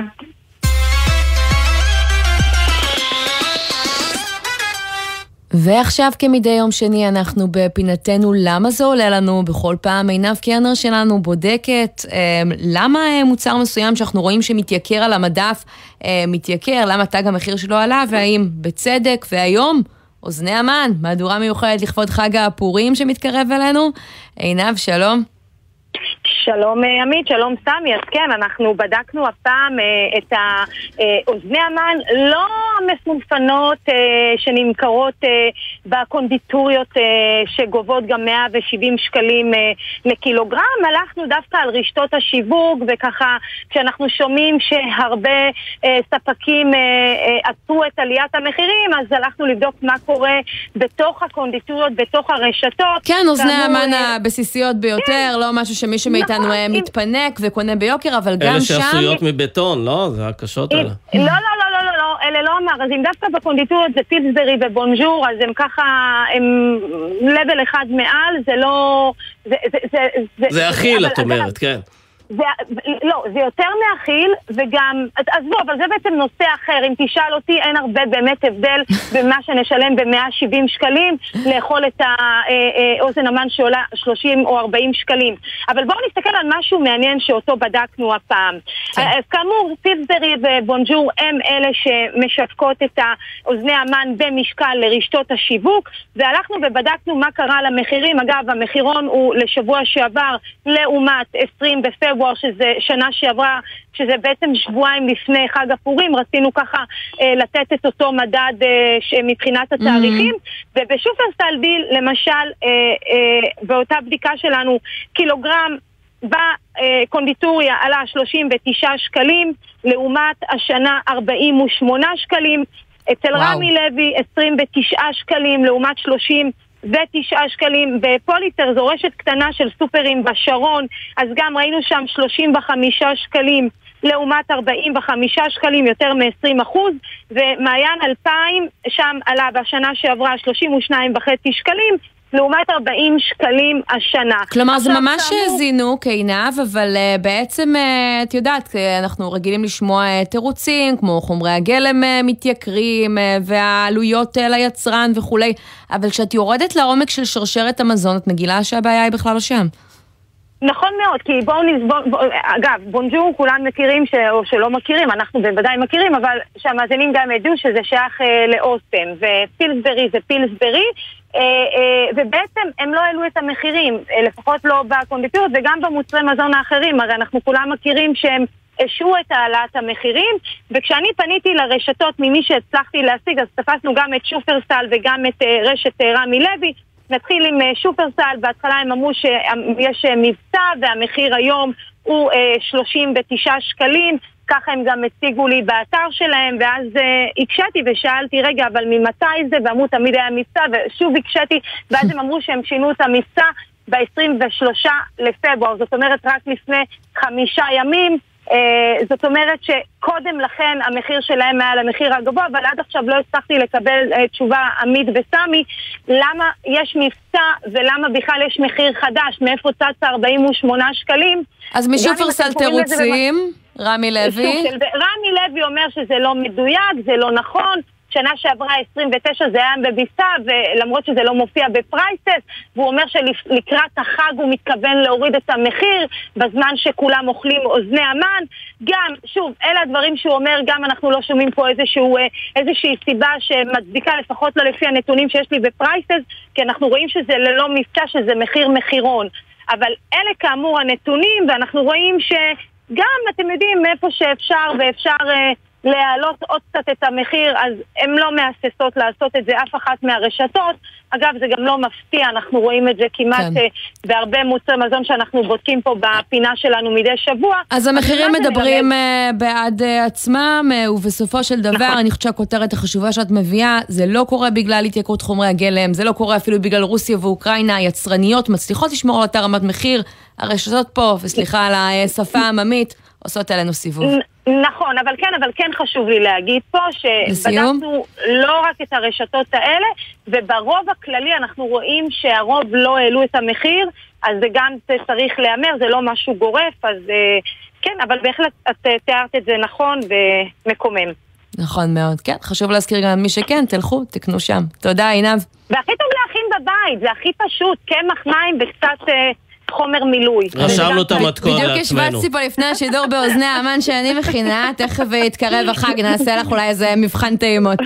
ועכשיו כמדי יום שני אנחנו בפינתנו למה זה עולה לנו. בכל פעם עינב קרנר שלנו בודקת למה מוצר מסוים שאנחנו רואים שמתייקר על המדף מתייקר, למה תג המחיר שלו עלה, והאם בצדק. והיום אוזני המן, מהדורה מיוחדת לכבוד חג הפורים שמתקרב אלינו. עינב, שלום. שלום עמית, שלום סמי. אז כן, אנחנו בדקנו הפעם את אוזני המן לא המפונפנות שנמכרות בקונדיטוריות שגובות גם 170 שקלים לקילוגרם. הלכנו דווקא על רשתות השיווק, וככה כשאנחנו שומעים שהרבה ספקים עצרו את עליית המחירים, אז הלכנו לבדוק מה קורה בתוך הקונדיטוריות, בתוך הרשתות. כן, אוזני המן הבסיסיות ביותר, לא משהו שמישהו מאיתנו מתפנק וקונה ביוקר, אבל גם שם... אלה שעשויות מבטון, לא? זה הקשות האלה. לא, אלה לא אמר. אז אם דווקא בקונדיטוריות זה פילסברי ובונז'ור, אז הם ככה, הם לבל אחד מעל, זה לא... זה אכיל, את אומרת, כן. לא, זה יותר מאכיל, וגם, אז בוא, אבל זה בעצם נושא אחר. אם תשאל אותי, אין הרבה באמת הבדל במה שנשלם ב-170 שקלים, לאכול את האוזן המן שעולה 30 או 40 שקלים. אבל בואו נסתכל על משהו מעניין שאותו בדקנו הפעם. אז כאמור, פילסברי ובונז'ור הם אלה שמשפקות את האוזני המן במשקל לרשתות השיווק, והלכנו ובדקנו מה קרה למחירים. אגב, המחירון הוא לשבוע שעבר לעומת 20 בפברואר, שזה שנה שעברה, שזה בעצם שבועיים לפני חג הפורים. רצינו ככה לתת את אותו מדד מבחינת התאריכים, ובשופרסל דיל למשל באותה בדיקה שלנו קילוגרם בקונדיטוריה עלה 39 שקלים לעומת השנה 48 שקלים. אצל רמי לוי 29 שקלים לעומת 39 שקלים. בפוליטר זו רשת קטנה של סופרים בשרון, אז גם ראינו שם 35 שקלים לעומת 45 שקלים, יותר מ-20%. ומעיין 2000 שם עלה בשנה שעברה 32.5 שקלים לעומת 40 שקלים השנה. כלומר, זה ממש זינוק עינב, אבל בעצם, את יודעת, אנחנו רגילים לשמוע תירוצים, כמו חומרי הגלם מתייקרים, והעלויות ליצרן וכולי, אבל כשאת יורדת לעומק של שרשרת המזון, את מגילה שהבעיה היא בכלל לא שם. נכון מאוד, כי בואו נסבור, אגב, בונז'ור כולם מכירים או שלא מכירים, אנחנו בוודאי מכירים, אבל שהמאזינים גם ידעו שזה שייך לאוסם, ופילסברי זה פילסברי, ובעצם הם לא העלו את המחירים, לפחות לא בקונדיטוריות וגם במוצרי מזון האחרים. הרי אנחנו כולם מכירים שהם השעו את העלאת המחירים, וכשאני פניתי לרשתות ממי שהצלחתי להשיג, אז תפסנו גם את שופרסל וגם את רשת רמי לוי. נתחיל עם שופרסל. בהתחלה הם אמרו שיש מבצע והמחיר היום הוא 39 שקלים, ככה הם גם הציגו לי באתר שלהם, ואז הקשתי ושאלתי, רגע, אבל ממתי זה? ואמרו תמיד היה מבצע, ושוב הקשתי, ואז הם אמרו שהם שינו את המבצע ב-23 לפברואר, זאת אומרת רק לפני 5 ימים. זאת אומרת שקודם לכן המחיר שלהם היה למחיר הגבוה, אבל עד עכשיו לא הצלחתי לקבל תשובה עמית וסמי למה יש מבצע ולמה בכלל יש מחיר חדש, מאיפה צץ 48 שקלים. אז משופרסל תירוצים, רמי לוי? רמי לוי אומר שזה לא מדויק, זה לא נכון. שנה שעברה 29 זה היה בביסה, ולמרות שזה לא מופיע בפרייסס, והוא אומר שלקראת החג הוא מתכוון להוריד את המחיר, בזמן שכולם אוכלים אוזני המן. גם, שוב, אלה הדברים שהוא אומר, גם אנחנו לא שומעים פה איזושהי סיבה שמצדיקה, לפחות לא לפי הנתונים שיש לי בפרייסס, כי אנחנו רואים שזה ללא מבצע, שזה מחירון. אבל אלה כאמור הנתונים, ואנחנו רואים שגם, אתם יודעים, מאיפה שאפשר ואפשר להעלות עוד קצת את המחיר, אז הם לא מהססות לעשות את זה, אף אחת מהרשתות. אגב, זה גם לא מפתיע, אנחנו רואים את זה כמעט בהרבה מוצרי מזון שאנחנו בודקים פה בפינה שלנו מדי שבוע. אז המחירים מדברים בעד עצמם, ובסופו של דבר, אני חושבת שהכותרת החשובה שאת מביאה, זה לא קורה בגלל התייקרות חומרי הגלם, זה לא קורה אפילו בגלל רוסיה ואוקראינה. היצרניות מצליחות לשמור על אותה רמת מחיר, הרשתות פה, וסליחה על השפה העממית, עושות עלינו סיבוב. נכון, אבל כן חשוב לי להגיד פה שבדקנו לא רק את הרשתות האלה, וברוב הכללי אנחנו רואים שהרוב לא העלו את המחיר, אז זה גם צריך להיאמר, זה לא משהו גורף, אז כן, אבל בהחלט את תיארת את זה נכון ומקומם. נכון מאוד, כן, חשוב להזכיר גם מי שכן, תלכו, תקנו שם. תודה, עינב. והכי טוב להכין בבית, זה הכי פשוט, קמח מים וקצת חומר מילוי. רשמנו את המתכון לעצמנו. בדיוק השבצתי פה לפני השידור באוזני האמן שאני מכינה, תכף יתקרב החג, נעשה לך אולי איזה מבחן טעימות.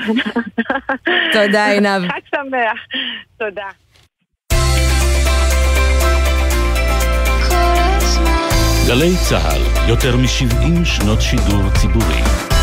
תודה, עינב. חג שמח. תודה. כל הזמן גלי צהל, יותר מ-70 שנות שידור ציבורי.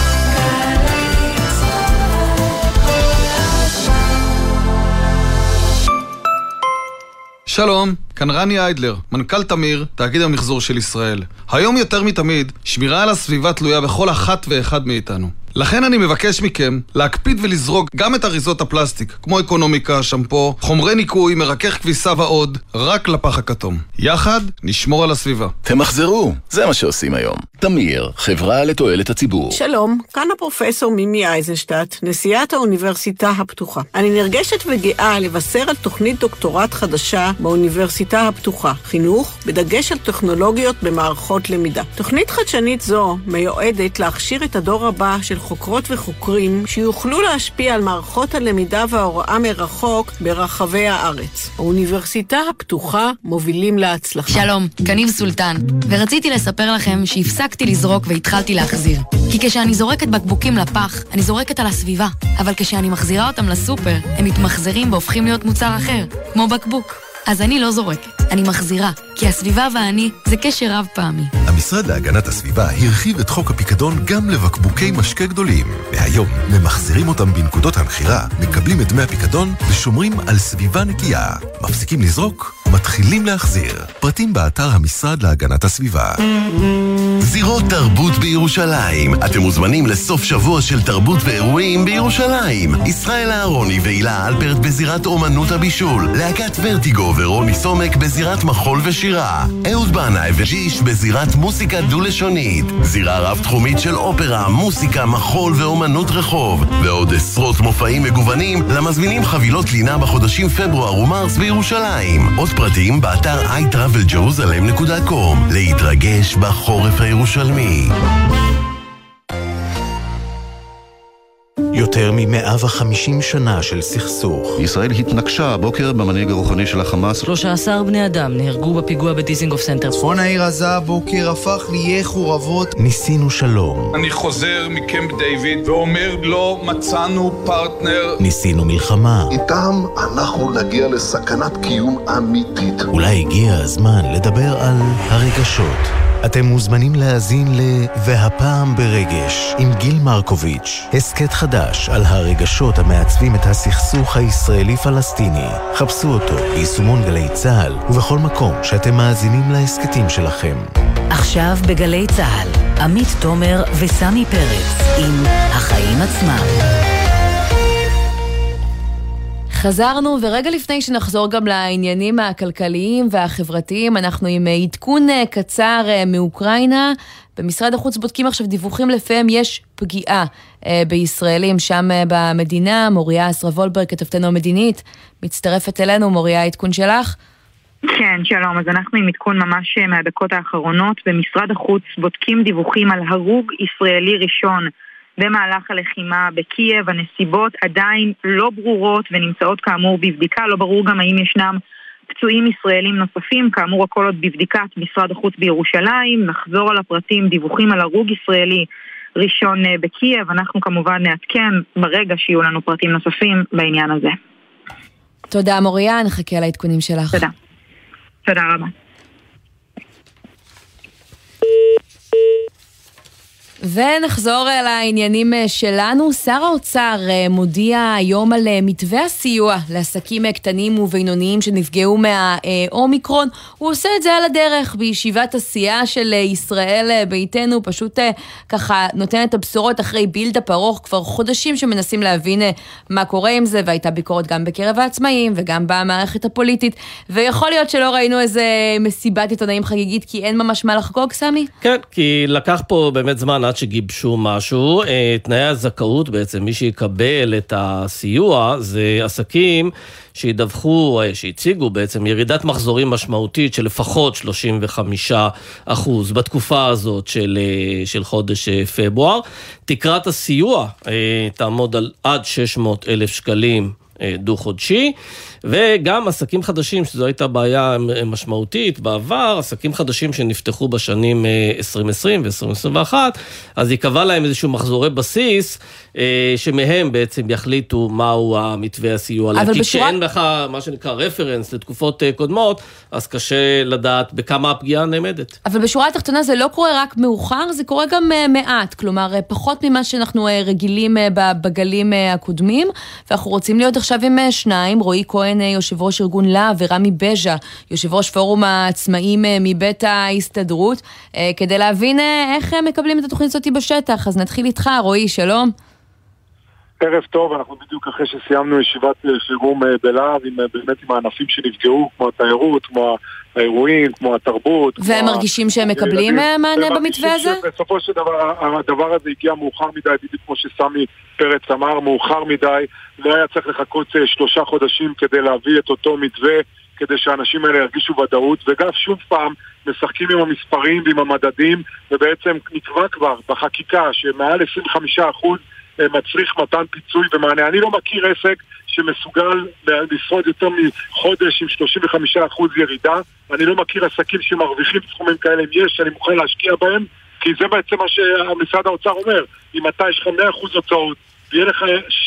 שלום, כאן רני איידלר, מנכ"ל תמיר, תאגיד המחזור של ישראל. היום יותר מתמיד, שמירה על הסביבה תלויה בכל אחת ואחד מאיתנו. לכן אני מבקש מכם להקפיד ולזרוק גם את אריזות הפלסטיק, כמו אקונומיקה, שמפו, חומרי ניקוי, מרכך כביסה ועוד, רק לפח הכתום. יחד נשמור על הסביבה. תמחזרו, זה מה שעושים היום. תמיר, חברה לתועלת הציבור. שלום, כאן הפרופסור מימי אייזנשטט, נשיאת האוניברסיטה הפתוחה. אני נרגשת וגאה לבשר על תוכנית דוקטורט חדשה באוניברסיטה הפתוחה, חינוך בדגש על טכנולוגיות במערכות למידה. תוכנית חדשנית זו מיועדת להכשיר את הדור הבא של חוקרות וחוקרים שיוכלו להשפיע על מערכות הלמידה וההוראה מרחוק ברחבי הארץ. האוניברסיטה הפתוחה מובילים להצלחה. שלום, כניב סולטן, ורציתי לספר לכם שהפסקתי לזרוק והתחלתי להחזיר. כי כשאני זורקת בקבוקים לפח, אני זורקת על הסביבה, אבל כשאני מחזירה אותם לסופר, הם מתמחזרים והופכים להיות מוצר אחר, כמו בקבוק. אז אני לא זורקת, אני מחזירה, כי הסביבה ואני זה קשר רב פעמי. המשרד להגנת הסביבה הרחיב את חוק הפיקדון גם לבקבוקי משקה גדולים. והיום ממחזירים אותם בנקודות המחירה, מקבלים את דמי הפיקדון ושומרים על סביבה נקייה. מפסיקים לזרוק, מתחילים להחזיר. פרטים באתר המשרד להגנת הסביבה. זירות תרבות בירושלים. אתם מוזמנים לסוף שבוע של תרבות ואירועים בירושלים. ישראל אהרוני והילה אלפרט בזירת אומנות הבישול. להקת ורטיגו ורוני סומק בזירת מחול ושירה. אהוד בנאי וג'יש בזירת מוסיקה דו-לשונית. זירה רב-תחומית של אופרה, מוסיקה, מחול ואומנות רחוב. ועוד עשרות מופעים מגוונים למזמינים חבילות לינה בחודשים פברואר ומרס בירושלים. עוד פרטים באתר iTravelJerusalem.com. להתרגש בחורף הירושלמי. יותר מ-150 שנה של סכסוך. ישראל התנקשה הבוקר במנהיג הרוחני של החמאס. 13 בני אדם נהרגו בפיגוע בדיזינגוף סנטר. צפון העיר עזה הבוקר הפך ליהיה חורבות. ניסינו שלום. אני חוזר מקמפ דיוויד ואומר לא מצאנו פרטנר. ניסינו מלחמה. איתם אנחנו נגיע לסכנת קיום אמיתית. אולי הגיע הזמן לדבר על הרגשות. אתם מוזמנים להאזין והפעם ברגש עם גיל מרקוביץ', הסקט חדש על הרגשות המעצבים את הסכסוך הישראלי-פלסטיני. חפשו אותו ביישומון גלי צהל ובכל מקום שאתם מאזינים להסקטים שלכם. עכשיו בגלי צהל, עמית תומר וסמי פרץ עם החיים עצמם. חזרנו, ורגע לפני שנחזור גם לעניינים הכלכליים והחברתיים, אנחנו עם עדכון קצר מאוקראינה. במשרד החוץ בודקים עכשיו דיווחים לפיהם יש פגיעה בישראלים שם במדינה. מוריה אסרבולברג, כתבתנו המדינית, מצטרפת אלינו. מוריה, עדכון שלך? כן, שלום. אז אנחנו עם עדכון ממש מהדקות האחרונות. במשרד החוץ בודקים דיווחים על הרוג ישראלי ראשון במהלך הלחימה בקייב. הנסיבות עדיין לא ברורות ונמצאות כאמור בבדיקה. לא ברור גם האם ישנם פצועים ישראלים נוספים. כאמור הכל עוד בבדיקת משרד החוץ בירושלים. נחזור על הפרטים, דיווחים על הרוג ישראלי ראשון בקייב. אנחנו כמובן נעדכן ברגע שיהיו לנו פרטים נוספים בעניין הזה. תודה מוריה, נחכה על העדכונים שלך. תודה. תודה רבה. ונחזור אל העניינים שלנו. שר האוצר מודיע היום על מתווה הסיוע לעסקים קטנים ובינוניים שנפגעו מהאומיקרון. הוא עושה את זה על הדרך בישיבת הסיעה של ישראל ביתנו, פשוט ככה נותן את הבשורות אחרי בילדאפ ארוך כבר חודשים שמנסים להבין מה קורה עם זה, והייתה ביקורת גם בקרב העצמאים וגם במערכת הפוליטית, ויכול להיות שלא ראינו איזה מסיבת עיתונאים חגיגית כי אין ממש מה לחגוג, סמי? כן, כי לקח פה באמת זמן עד שגיבשו משהו. תנאי הזכאות בעצם, מי שיקבל את הסיוע זה עסקים שידווחו, שהציגו בעצם ירידת מחזורים משמעותית של לפחות 35% בתקופה הזאת של חודש פברואר. תקרת הסיוע תעמוד על עד 600,000 שקלים דו-חודשי, וגם עסקים חדשים, שזו הייתה בעיה משמעותית בעבר, עסקים חדשים שנפתחו בשנים 2020 ו-2021, אז יקבע להם איזשהו מחזורי בסיס, שמהם בעצם יחליטו מהו המתווה הסיוע. כי כשאין לך מה שנקרא רפרנס לתקופות קודמות, אז קשה לדעת בכמה הפגיעה נעמדת. אבל בשורה התחתונה זה לא קורה רק מאוחר, זה קורה גם מעט, כלומר פחות ממה שאנחנו רגילים בגלים הקודמים, ואנחנו רוצים להיות עכשיו עם שניים, רועי כהן יושב ראש ארגון להב ורמי בז'ה, יושב ראש פורום העצמאים מבית ההסתדרות, כדי להבין איך מקבלים את התוכנית הזאת בשטח. אז נתחיל איתך, רועי, שלום. ערב טוב, אנחנו בדיוק אחרי שסיימנו ישיבת חירום בלהב, באמת עם הענפים שנפגעו, כמו התיירות, כמו האירועים, כמו התרבות. והם מרגישים שהם מקבלים מענה במתווה הזה? בסופו של דבר, הדבר הזה הגיע מאוחר מדי, בדיוק כמו שסמי פרץ אמר, מאוחר מדי, לא היה צריך לחכות 3 חודשים כדי להביא את אותו מתווה, כדי שהאנשים האלה ירגישו ודאות, וגם שוב פעם משחקים עם המספרים ועם המדדים, ובעצם נקבע כבר בחקיקה שמעל 25% מצריך מתן פיצוי ומענה. אני לא מכיר עסק שמסוגל לשרוד יותר מחודש עם 35% ירידה. אני לא מכיר עסקים שמרוויחים סכומים כאלה. אם יש, אני מוכן להשקיע בהם, כי זה בעצם מה שהמשרד האוצר אומר. אם אתה יש לך 100% הוצאות, ויהיה לך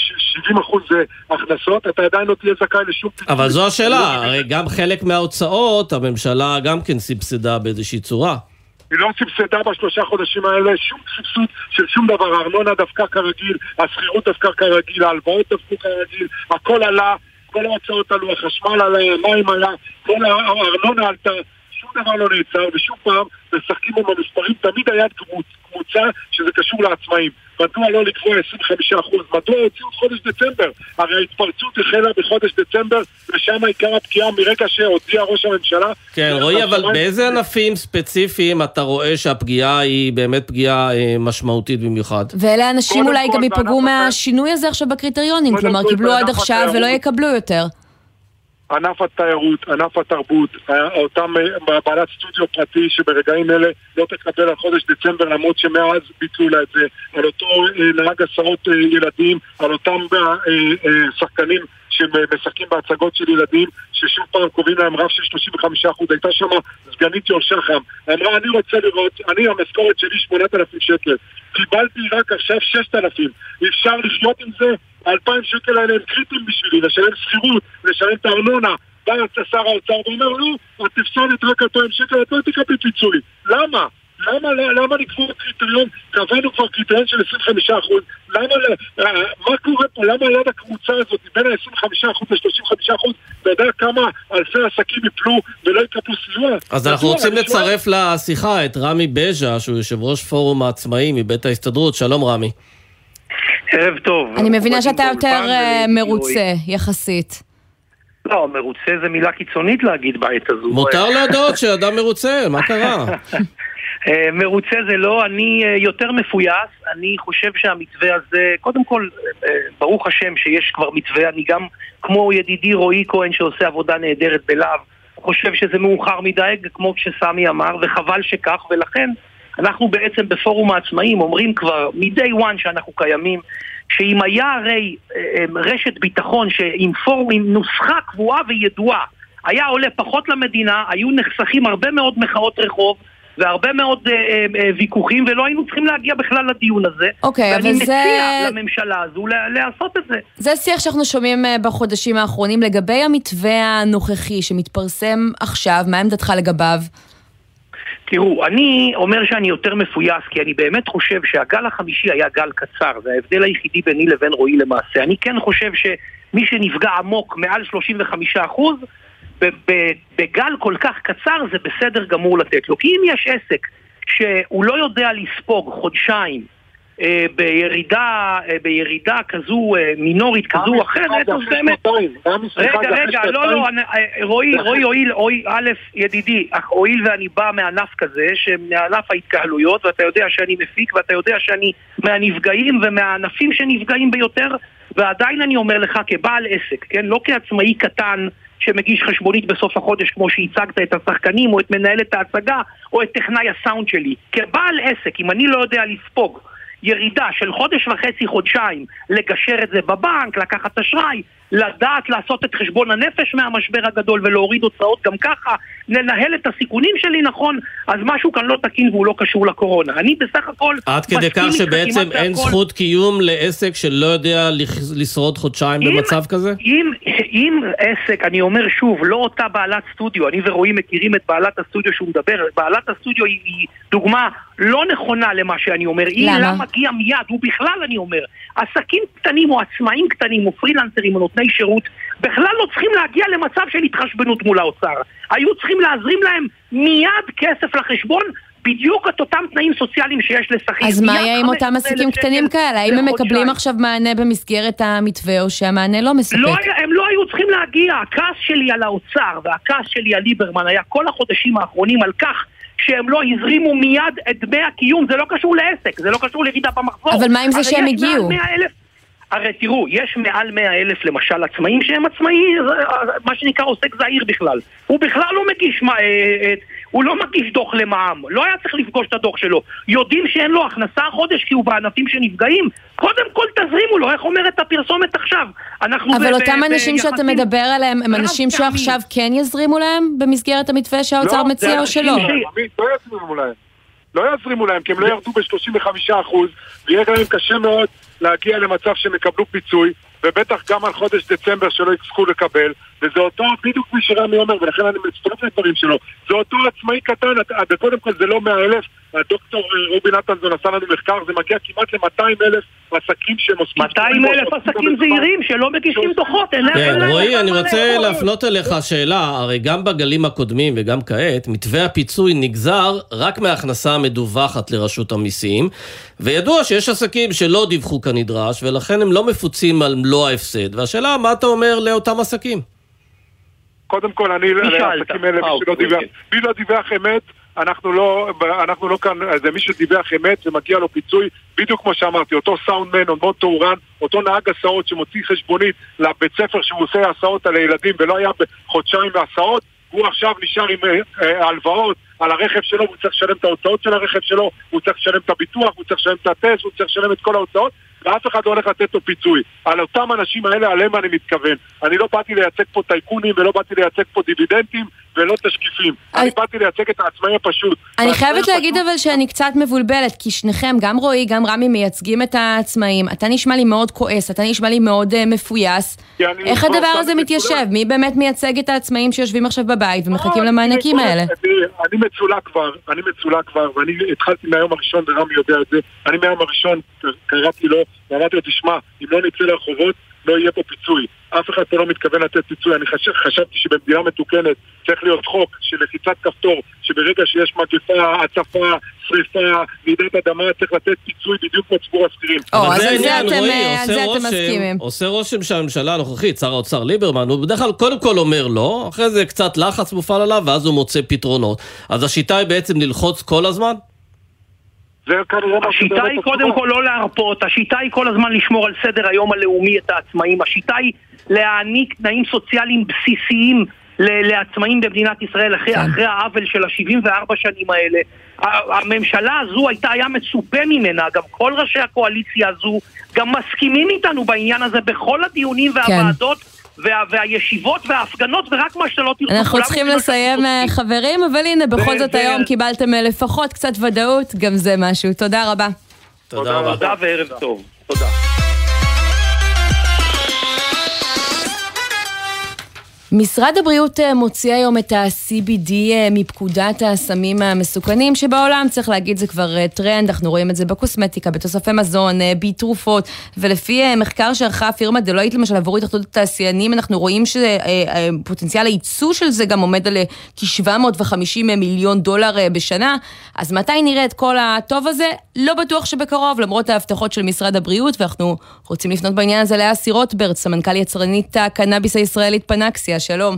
70% הכנסות, אתה עדיין לא תהיה זכאי לשום פיצוי. אבל זו השאלה, הרי גם חלק מההוצאות, הממשלה גם כן סבסדה באיזושהי צורה. היא לא סבסדה ב3 חודשים האלה שום סבסוד של שום דבר. הארנונה דווקא כרגיל, השכירות דווקא כרגיל, ההלוואות דווקא כרגיל, הכל עלה, כל ההוצאות עלו, החשמל עלה, המים עלה, כל הארנונה עלתה, שום דבר לא נעצר, ושום פעם משחקים עם המספרים, תמיד היה קבוצה שזה קשור לעצמאים. מדוע לא לקבוע 25%? מדוע הוציאו את חודש דצמבר? הרי ההתפרצות החלה בחודש דצמבר, ושם העיקר הפגיעה מרגע שהודיע ראש הממשלה. כן, רועי, אבל באיזה ענפים ספציפיים אתה רואה שהפגיעה היא באמת פגיעה משמעותית במיוחד? ואלה אנשים אולי גם ייפגעו מהשינוי הזה עכשיו בקריטריונים, כלומר קיבלו עד עכשיו ולא יקבלו יותר. ענף התיירות, ענף התרבות, אותם בעלת סטודיו פרטי שברגעים אלה לא תקבל על חודש דצמבר, למרות שמאז ביטלו לה את זה, על אותו נהג הסעות ילדים, על אותם שחקנים שמשחקים בהצגות של ילדים, ששוב פעם קובעים להם רף של 35%. הייתה שם סגנית יול שחם, אמרה אני רוצה לראות, אני המשכורת שלי 8,000 שקל, קיבלתי רק עכשיו 6,000, אפשר לחיות עם זה? 2,000 שקל האלה הם קריטיים בשבילי, לשלם שכירות, לשלם את הארנונה. בא שר האוצר ואומר, לא, את תפסולת רק 2,000 שקל, את לא תקבל פיצוי. למה? למה לקבוע קריטריון? קבענו כבר קריטריון של 25%. מה קורה פה? למה ליד הקבוצה הזאת, בין ה-25% ל-35%, אתה יודע כמה אלפי עסקים יפלו ולא יקבלו סיוע? אז אנחנו רוצים לצרף לשיחה את רמי בז'ה, שהוא יושב ראש פורום העצמאים מבית ההסתדרות. שלום רמי. ערב טוב. אני מבינה שאתה יותר מרוצה יחסית. לא, מרוצה זה מילה קיצונית להגיד בעת הזו. מותר להודות שאדם מרוצה, מה קרה? מרוצה זה לא, אני יותר מפויס, אני חושב שהמתווה הזה, קודם כל, ברוך השם שיש כבר מתווה, אני גם, כמו ידידי רועי כהן שעושה עבודה נהדרת בלהב, חושב שזה מאוחר מדי, כמו שסמי אמר, וחבל שכך, ולכן אנחנו בעצם בפורום העצמאים אומרים כבר מ-day one שאנחנו קיימים, שאם היה הרי רשת ביטחון שעם נוסחה קבועה וידועה, היה עולה פחות למדינה, היו נחסכים הרבה מאוד מחאות רחוב, והרבה מאוד ויכוחים, ולא היינו צריכים להגיע בכלל לדיון הזה. אוקיי, ואני מציע לממשלה הזו לעשות את זה. זה שיח שאנחנו שומעים בחודשים האחרונים לגבי המתווה הנוכחי שמתפרסם עכשיו, מה עמדתך לגביו? תראו, אני אומר שאני יותר מפויס, כי אני באמת חושב שהגל החמישי היה גל קצר, זה ההבדל היחידי ביני לבין רועי למעשה. אני כן חושב שמי שנפגע עמוק מעל 35%, בגל כל כך קצר זה בסדר גמור לתת לו. כי אם יש עסק שהוא לא יודע לספוג חודשיים בירידה כזו מינורית כזו או אחרת, אז באמת רגע, לא, רועי, א', ידידי, הואיל ואני בא מענף כזה, שמענף ההתקהלויות, ואתה יודע שאני מפיק, ואתה יודע שאני מהנפגעים ומהענפים שנפגעים ביותר, ועדיין אני אומר לך כבעל עסק, כן, לא כעצמאי קטן שמגיש חשבונית בסוף החודש כמו שהצגת את השחקנים או את מנהלת ההצגה או את טכנאי הסאונד שלי, כבעל עסק, אם אני לא יודע לספוג ירידה של חודש וחצי, חודשיים, לגשר את זה בבנק, לקחת אשראי, לדעת לעשות את חשבון הנפש מהמשבר הגדול ולהוריד הוצאות גם ככה, לנהל את הסיכונים שלי נכון, אז משהו כאן לא תקין והוא לא קשור לקורונה. אני בסך הכל... עד כדי כך שבעצם אין זכות קיום לעסק שלא יודע לשרוד חודשיים במצב כזה? אם עסק, אני אומר שוב, לא אותה בעלת סטודיו, אני ורועי מכירים את בעלת הסטודיו שהוא מדבר, בעלת הסטודיו היא דוגמה לא נכונה למה שאני אומר. היא לא מגיע מיד, הוא בכלל אני אומר, עסקים קטנים או עצמאים קטנים או פרילנסרים או נותני שירות, בכלל לא צריכים להגיע למצב של התחשבנות מול האוצר. היו צריכים להזרים להם מיד כסף לחשבון, בדיוק את אותם תנאים סוציאליים שיש לשכיר. אז מה יהיה עם אותם עסקים קטנים כאלה? האם הם מקבלים עכשיו מענה במסגרת המתווה או שהמענה לא מספק? הם לא היו צריכים להגיע. הכעס שלי על האוצר והכעס שלי על ליברמן היה כל החודשים האחרונים על כך שהם לא הזרימו מיד את דמי הקיום. זה לא קשור לעסק, זה לא קשור לירידה במחזור. אבל מה עם זה שהם הגיעו? הרי תראו, יש מעל 100,000 למשל עצמאים שהם עצמאי, מה שנקרא עוסק זעיר בכלל. הוא בכלל לא מגיש, הוא לא מגיש דוח למע"מ, לא היה צריך לפגוש את הדוח שלו. יודעים שאין לו הכנסה החודש כי הוא בענפים שנפגעים. קודם כל תזרימו לו, איך אומרת הפרסומת עכשיו? אבל אותם אנשים שאתה מדבר עליהם, הם אנשים שעכשיו כן יזרימו להם במסגרת המתווה שהאוצר מציע או שלא? לא יזרימו להם. לא יזרימו להם, כי הם לא ירדו ב-35%, ויהיה להם קשה מאוד להגיע למצב שהם יקבלו פיצוי, ובטח גם על חודש דצמבר שלא יצטרכו לקבל, וזה אותו בדיוק מי שרמי אומר, ולכן אני מצטרף לדברים שלו, זה אותו עצמאי קטן, וקודם כל זה לא 100,000, הדוקטור רובי נתנזון עשה לנו מחקר, זה מגיע כמעט ל-200,000 עסקים שהם עוסקים. 200,000 עסקים זעירים שלא מגישים דוחות. כן, רועי, אני רוצה להפנות אליך שאלה, הרי גם בגלים הקודמים וגם כעת, מתווה הפיצוי נגזר רק מההכנסה המדווחת לרשות המיסים, וידוע שיש עסקים שלא דיווחו כנדרש, ולכן הם לא מפוצים על מלוא ההפסד, והשאלה, מה אתה אומר לאותם עסקים? קודם כל, אני לעסקים האלה, מי לא דיווח אמת, אנחנו לא כאן, זה מי שדיווח אמת ומגיע לו פיצוי, בדיוק כמו שאמרתי, אותו סאונדמן, אותו תאורן, אותו נהג הסעות שמוציא חשבונית לבית ספר שהוא עושה הסעות על הילדים ולא היה בחודשיים בהסעות, הוא עכשיו נשאר עם הלוואות על הרכב שלו, הוא צריך לשלם את ההוצאות של הרכב שלו, הוא צריך לשלם את הביטוח, הוא צריך לשלם את הטס, הוא צריך לשלם את כל ההוצאות, ואף אחד לא הולך לתת לו פיצוי. על אותם אנשים האלה, עליהם אני מתכוון. אני לא באתי לייצג פה טייקונים, ולא באתי לייצג פה דיבידנדים, ולא תשקיפים. אני באתי לייצג את העצמאי הפשוט. אני חייבת להגיד אבל שאני קצת מבולבלת, כי שניכם, גם רועי, גם רמי, מייצגים את העצמאים. אתה נשמע לי מאוד כועס, אתה נשמע לי מאוד מפויס. איך הדבר הזה מתיישב? מי באמת מייצג את העצמאים שיושבים עכשיו בבית ומחכים למענקים האלה? אני מצולה כבר, ואני התחלתי מהיום הראשון, ורמי יודע את זה. אני מהיום הראשון קראתי לו, ואמרתי לו, תשמע, אם לא נצא לרחובות, לא יהיה פה פיצוי. אף אחד פה לא מתכוון לתת פיצוי. אני חשבתי שבמדינה מתוקנת צריך להיות חוק של לחיצת כפתור, שברגע שיש מגפה, הצפה, שריפה, רעידת אדמה, צריך לתת פיצוי בדיוק כמו ציבור השכירים. אז על זה אתם מסכימים. עושה רושם שהממשלה הנוכחית, שר האוצר ליברמן, הוא בדרך כלל קודם כל אומר לא, אחרי זה קצת לחץ מופעל עליו, ואז הוא מוצא פתרונות. אז השיטה היא בעצם ללחוץ כל הזמן? השיטה היא קודם כל לא להרפות, השיטה היא כל הזמן לשמור על סדר היום הלאומי את העצמאים, השיטה היא להעניק תנאים סוציאליים בסיסיים לעצמאים במדינת ישראל אחרי העוול של ה-74 שנים האלה. הממשלה הזו היה מצופה ממנה, גם כל ראשי הקואליציה הזו גם מסכימים איתנו בעניין הזה בכל הדיונים והוועדות והישיבות וההפגנות, ורק מה שאתה לא תרצו. אנחנו צריכים לסיים, חברים, אבל הנה, בכל זאת היום קיבלתם לפחות קצת ודאות, גם זה משהו. תודה רבה. תודה רבה. תודה וערב טוב. תודה. משרד הבריאות מוציא היום את ה-CBD מפקודת הסמים המסוכנים, שבעולם צריך להגיד זה כבר טרנד, אנחנו רואים את זה בקוסמטיקה, בתוספי מזון, בתרופות, ולפי מחקר שערכה פירמה דלויט למשל עבור התאחדות התעשיינים, אנחנו רואים שפוטנציאל הייצוא של זה גם עומד על כ-$750 מיליון בשנה, אז מתי נראה את כל הטוב הזה? לא בטוח שבקרוב, למרות ההבטחות של משרד הבריאות, ואנחנו רוצים לפנות בעניין הזה לאסי רוטברט, סמנכ"ל יצרנית הקנאביס הישראלית פנקסיה. שלום.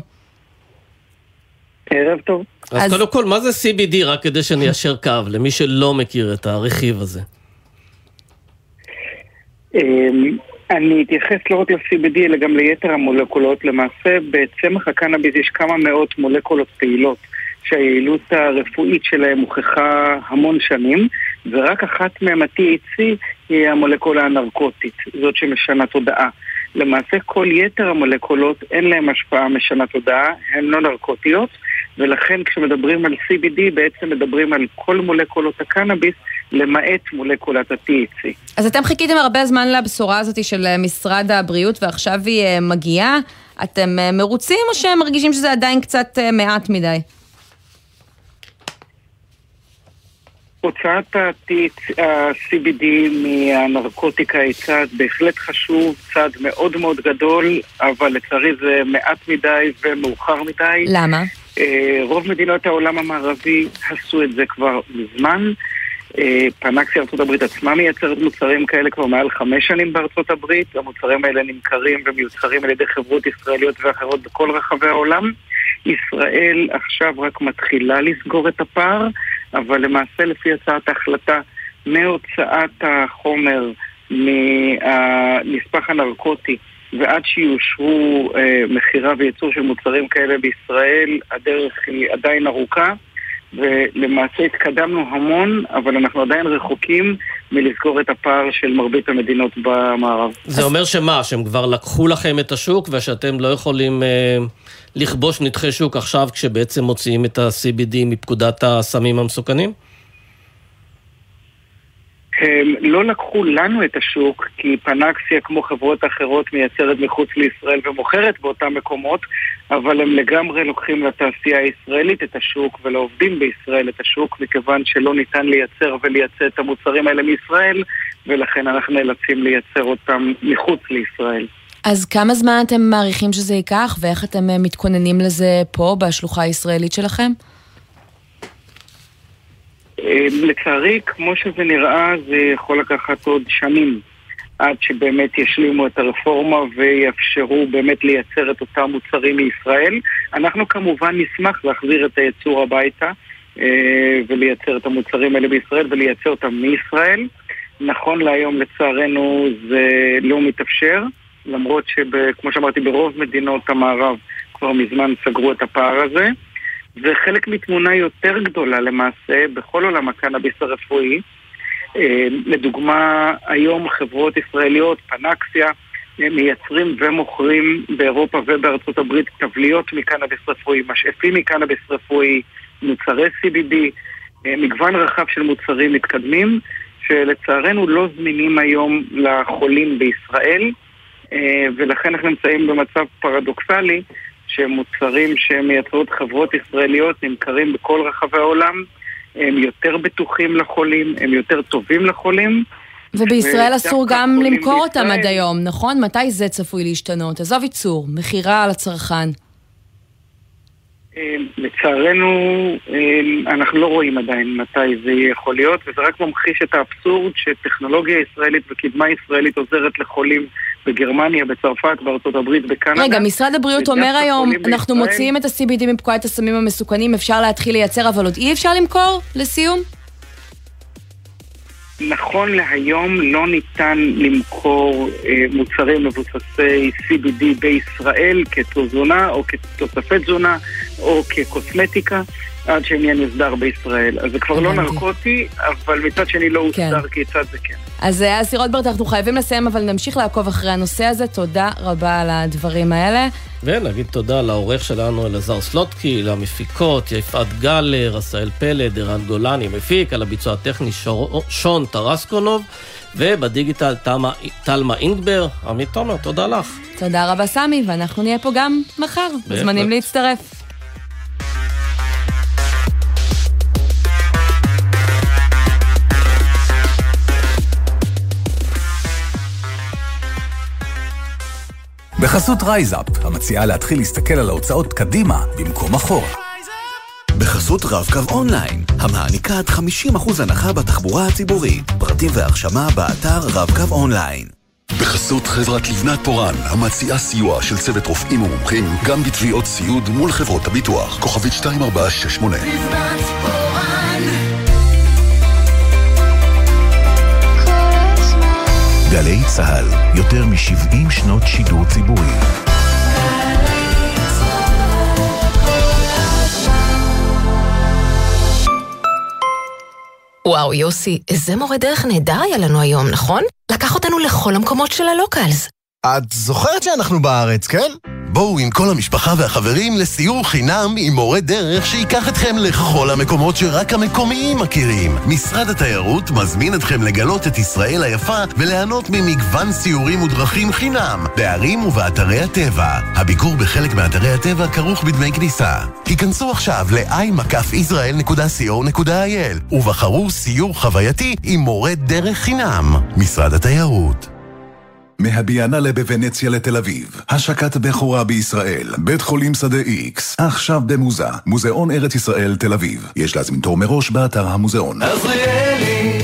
ערב טוב. אז קודם כל, מה זה CBD? רק כדי שניישר קו, למי שלא מכיר את הרכיב הזה. אני אתייחס לא רק ל-CBD, אלא גם ליתר המולקולות. למעשה, בצמח הקנאביס יש כמה מאות מולקולות פעילות, שהיעילות הרפואית שלהם הוכחה המון שנים, ורק אחת מהם, ה-THC, היא המולקולה הנרקוטית, זאת שמשנה תודעה. למעשה כל יתר המולקולות אין להם השפעה משנה תודעה, הן לא נרקוטיות, ולכן כשמדברים על CBD בעצם מדברים על כל מולקולות הקנאביס, למעט מולקולת ה-THC. אז אתם חיכיתם הרבה זמן לבשורה הזאת של משרד הבריאות, ועכשיו היא מגיעה. אתם מרוצים או שהם מרגישים שזה עדיין קצת מעט מדי? הוצאת ה-CBD מהנרקוטיקה היא צעד בהחלט חשוב, צעד מאוד מאוד גדול, אבל לצערי זה מעט מדי ומאוחר מדי. למה? רוב מדינות העולם המערבי עשו את זה כבר מזמן. פנקסיה ארצות הברית עצמה מייצרת מוצרים כאלה כבר מעל 5 שנים בארצות הברית. המוצרים האלה נמכרים ומיוצרים על ידי חברות ישראליות ואחרות בכל רחבי העולם. ישראל עכשיו רק מתחילה לסגור את הפער, אבל למעשה לפי הצעת ההחלטה מהוצאת החומר מהנספח הנרקוטי ועד שיושרו מחירה וייצור של מוצרים כאלה בישראל, הדרך היא עדיין ארוכה, ולמעשה התקדמנו המון, אבל אנחנו עדיין רחוקים מלסגור את הפער של מרבית המדינות במערב. זה אומר שמה? שהם כבר לקחו לכם את השוק, ושאתם לא יכולים לכבוש נתחי שוק עכשיו, כשבעצם מוציאים את ה-CBD מפקודת הסמים המסוכנים? הם לא לקחו לנו את השוק, כי פנקסיה כמו חברות אחרות מייצרת מחוץ לישראל ומוכרת באותם מקומות, אבל הם לגמרי לוקחים לתעשייה הישראלית את השוק ולעובדים בישראל את השוק, מכיוון שלא ניתן לייצר ולייצא את המוצרים האלה מישראל, ולכן אנחנו נאלצים לייצר אותם מחוץ לישראל. אז כמה זמן אתם מעריכים שזה ייקח, ואיך אתם מתכוננים לזה פה בשלוחה הישראלית שלכם? לצערי, כמו שזה נראה, זה יכול לקחת עוד שנים עד שבאמת ישלימו את הרפורמה ויאפשרו באמת לייצר את אותם מוצרים מישראל. אנחנו כמובן נשמח להחזיר את הייצור הביתה ולייצר את המוצרים האלה בישראל ולייצר אותם מישראל. נכון להיום לצערנו זה לא מתאפשר, למרות שכמו שאמרתי ברוב מדינות המערב כבר מזמן סגרו את הפער הזה. וחלק מתמונה יותר גדולה למעשה בכל עולם הקנאביס הרפואי. לדוגמה, היום חברות ישראליות, פנקסיה, מייצרים ומוכרים באירופה ובארצות הברית תבליות מקנאביס רפואי, משאפים מקנאביס רפואי, מוצרי CBD, מגוון רחב של מוצרים מתקדמים, שלצערנו לא זמינים היום לחולים בישראל, ולכן אנחנו נמצאים במצב פרדוקסלי, שמוצרים שמייצרות חברות ישראליות נמכרים בכל רחבי העולם, הם יותר בטוחים לחולים, הם יותר טובים לחולים. ובישראל אסור גם למכור אותם עד היום, נכון? מתי זה צפוי להשתנות? עזוב ייצור, מחירה על הצרכן. לצערנו, אנחנו לא רואים עדיין מתי זה יכול להיות, וזה רק ממחיש את האבסורד שטכנולוגיה ישראלית וקדמה ישראלית עוזרת לחולים בגרמניה, בצרפת, בארצות הברית, בקנדה. רגע, משרד הבריאות אומר היום, אנחנו מוציאים את ה-CBD מפקודת הסמים המסוכנים, אפשר להתחיל לייצר, אבל עוד אי אפשר למכור? לסיום? נכון להיום לא ניתן למכור מוצרים מבוססי CBD בישראל כתזונה או כתוספי תזונה או כקוסמטיקה עד שהם יהיה נסדר בישראל. אז זה כבר לא נרקוטי, אבל מצד שני לא הוסדר כיצד זה כן. אז אסי רוטברט, אנחנו חייבים לסיים, אבל נמשיך לעקוב אחרי הנושא הזה. תודה רבה על הדברים האלה. ונגיד תודה לעורך שלנו אלעזר סלוטקי, למפיקות יפעת גלר, עשאל פלד, ערן גולני מפיק, על הביצוע הטכני שון טרסקונוב, ובדיגיטל תלמה אינגבר. עמית תומר, תודה לך. תודה רבה סמי, ואנחנו נהיה פה גם מחר, בזמנים להצטרף. בחסות רייזאפ, המציעה להתחיל להסתכל על ההוצאות קדימה במקום אחורה. בחסות רב-קו אונליין, המעניקה עד 50% הנחה בתחבורה הציבורית. פרטים והרשמה באתר רב-קו אונליין. בחסות חברת לבנת פורן, המציעה סיוע של צוות רופאים ומומחים, גם בתביעות סיוד מול חברות הביטוח. כוכבית 2468. לבנת פורן. גלי צהל, יותר מ-70 שנות שידור ציבורי. וואו, יוסי, איזה מורה דרך נהדר היה לנו היום, נכון? לקח אותנו לכל המקומות של הלוקלס. את זוכרת שאנחנו בארץ, כן? בואו עם כל המשפחה והחברים לסיור חינם עם מורה דרך שיקח אתכם לכל המקומות שרק המקומיים מכירים. משרד התיירות מזמין אתכם לגלות את ישראל היפה וליהנות ממגוון סיורים ודרכים חינם בערים ובאתרי הטבע. הביקור בחלק מאתרי הטבע כרוך בדמי כניסה. היכנסו עכשיו ל-i-israel.co.il ובחרו סיור חווייתי עם מורה דרך חינם. משרד התיירות. מהביאנלה בוונציה לתל אביב, השקת בכורה בישראל, בית חולים שדה איקס, עכשיו במוזה, מוזיאון ארץ ישראל תל אביב. יש להזמין תור מראש באתר המוזיאון. עזריאלי,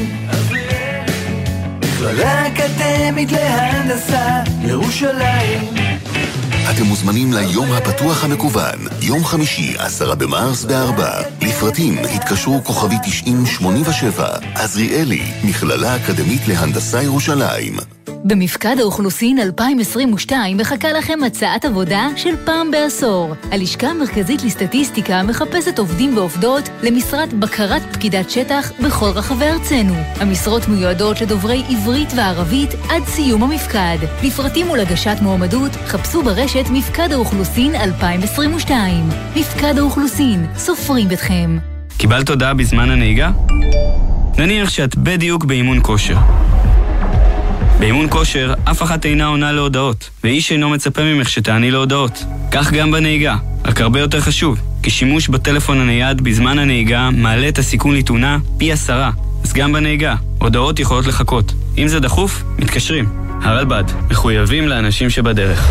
מכללה אקדמית להנדסה, ירושלים. אתם מוזמנים ליום הפתוח המקוון, יום חמישי, 10 במרס ב-4. לפרטים התקשרו כוכבי 9087, עזריאלי, מכללה אקדמית להנדסה ירושלים. במפקד האוכלוסין 2022 מחכה לכם הצעת עבודה של פעם בעשור. הלשכה המרכזית לסטטיסטיקה מחפשת עובדים ועובדות למשרת בקרת פקידת שטח בכל רחבי ארצנו. המשרות מיועדות לדוברי עברית וערבית עד סיום המפקד. לפרטים ולהגשת מועמדות חפשו ברשת מפקד האוכלוסין 2022. מפקד האוכלוסין, סופרים בתכם. קיבלת הודעה בזמן הנהיגה? נניח שאת בדיוק באימון כושר. באימון כושר, אף אחת אינה עונה להודעות, ואיש אינו מצפה ממך שתעני להודעות. כך גם בנהיגה, רק הרבה יותר חשוב, כי שימוש בטלפון הנייד בזמן הנהיגה מעלה את הסיכון לתאונה פי 10. אז גם בנהיגה, הודעות יכולות לחכות. אם זה דחוף, מתקשרים. הרלב"ד, מחויבים לאנשים שבדרך.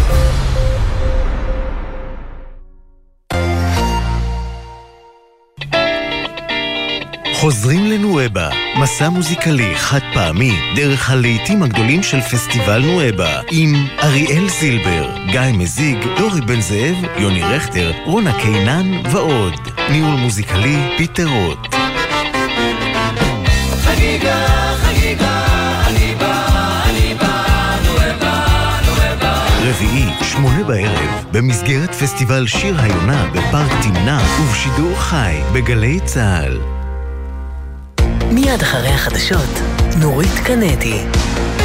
חוזרים לנואבה, מסע מוזיקלי חד פעמי דרך הלהיטים הגדולים של פסטיבל נואבה עם אריאל זילבר, גיא מזיג, דורי בן זאב, יוני רכטר, רונה קינן ועוד. ניהול מוזיקלי פיטר רוט. חגיגה, חגיגה, אני בא, נואבה, נואבה. רביעי, 8 בערב, במסגרת פסטיבל שיר היונה בפארק תמנע ובשידור חי בגלי צהל. מיד אחרי החדשות, נורית קנדי.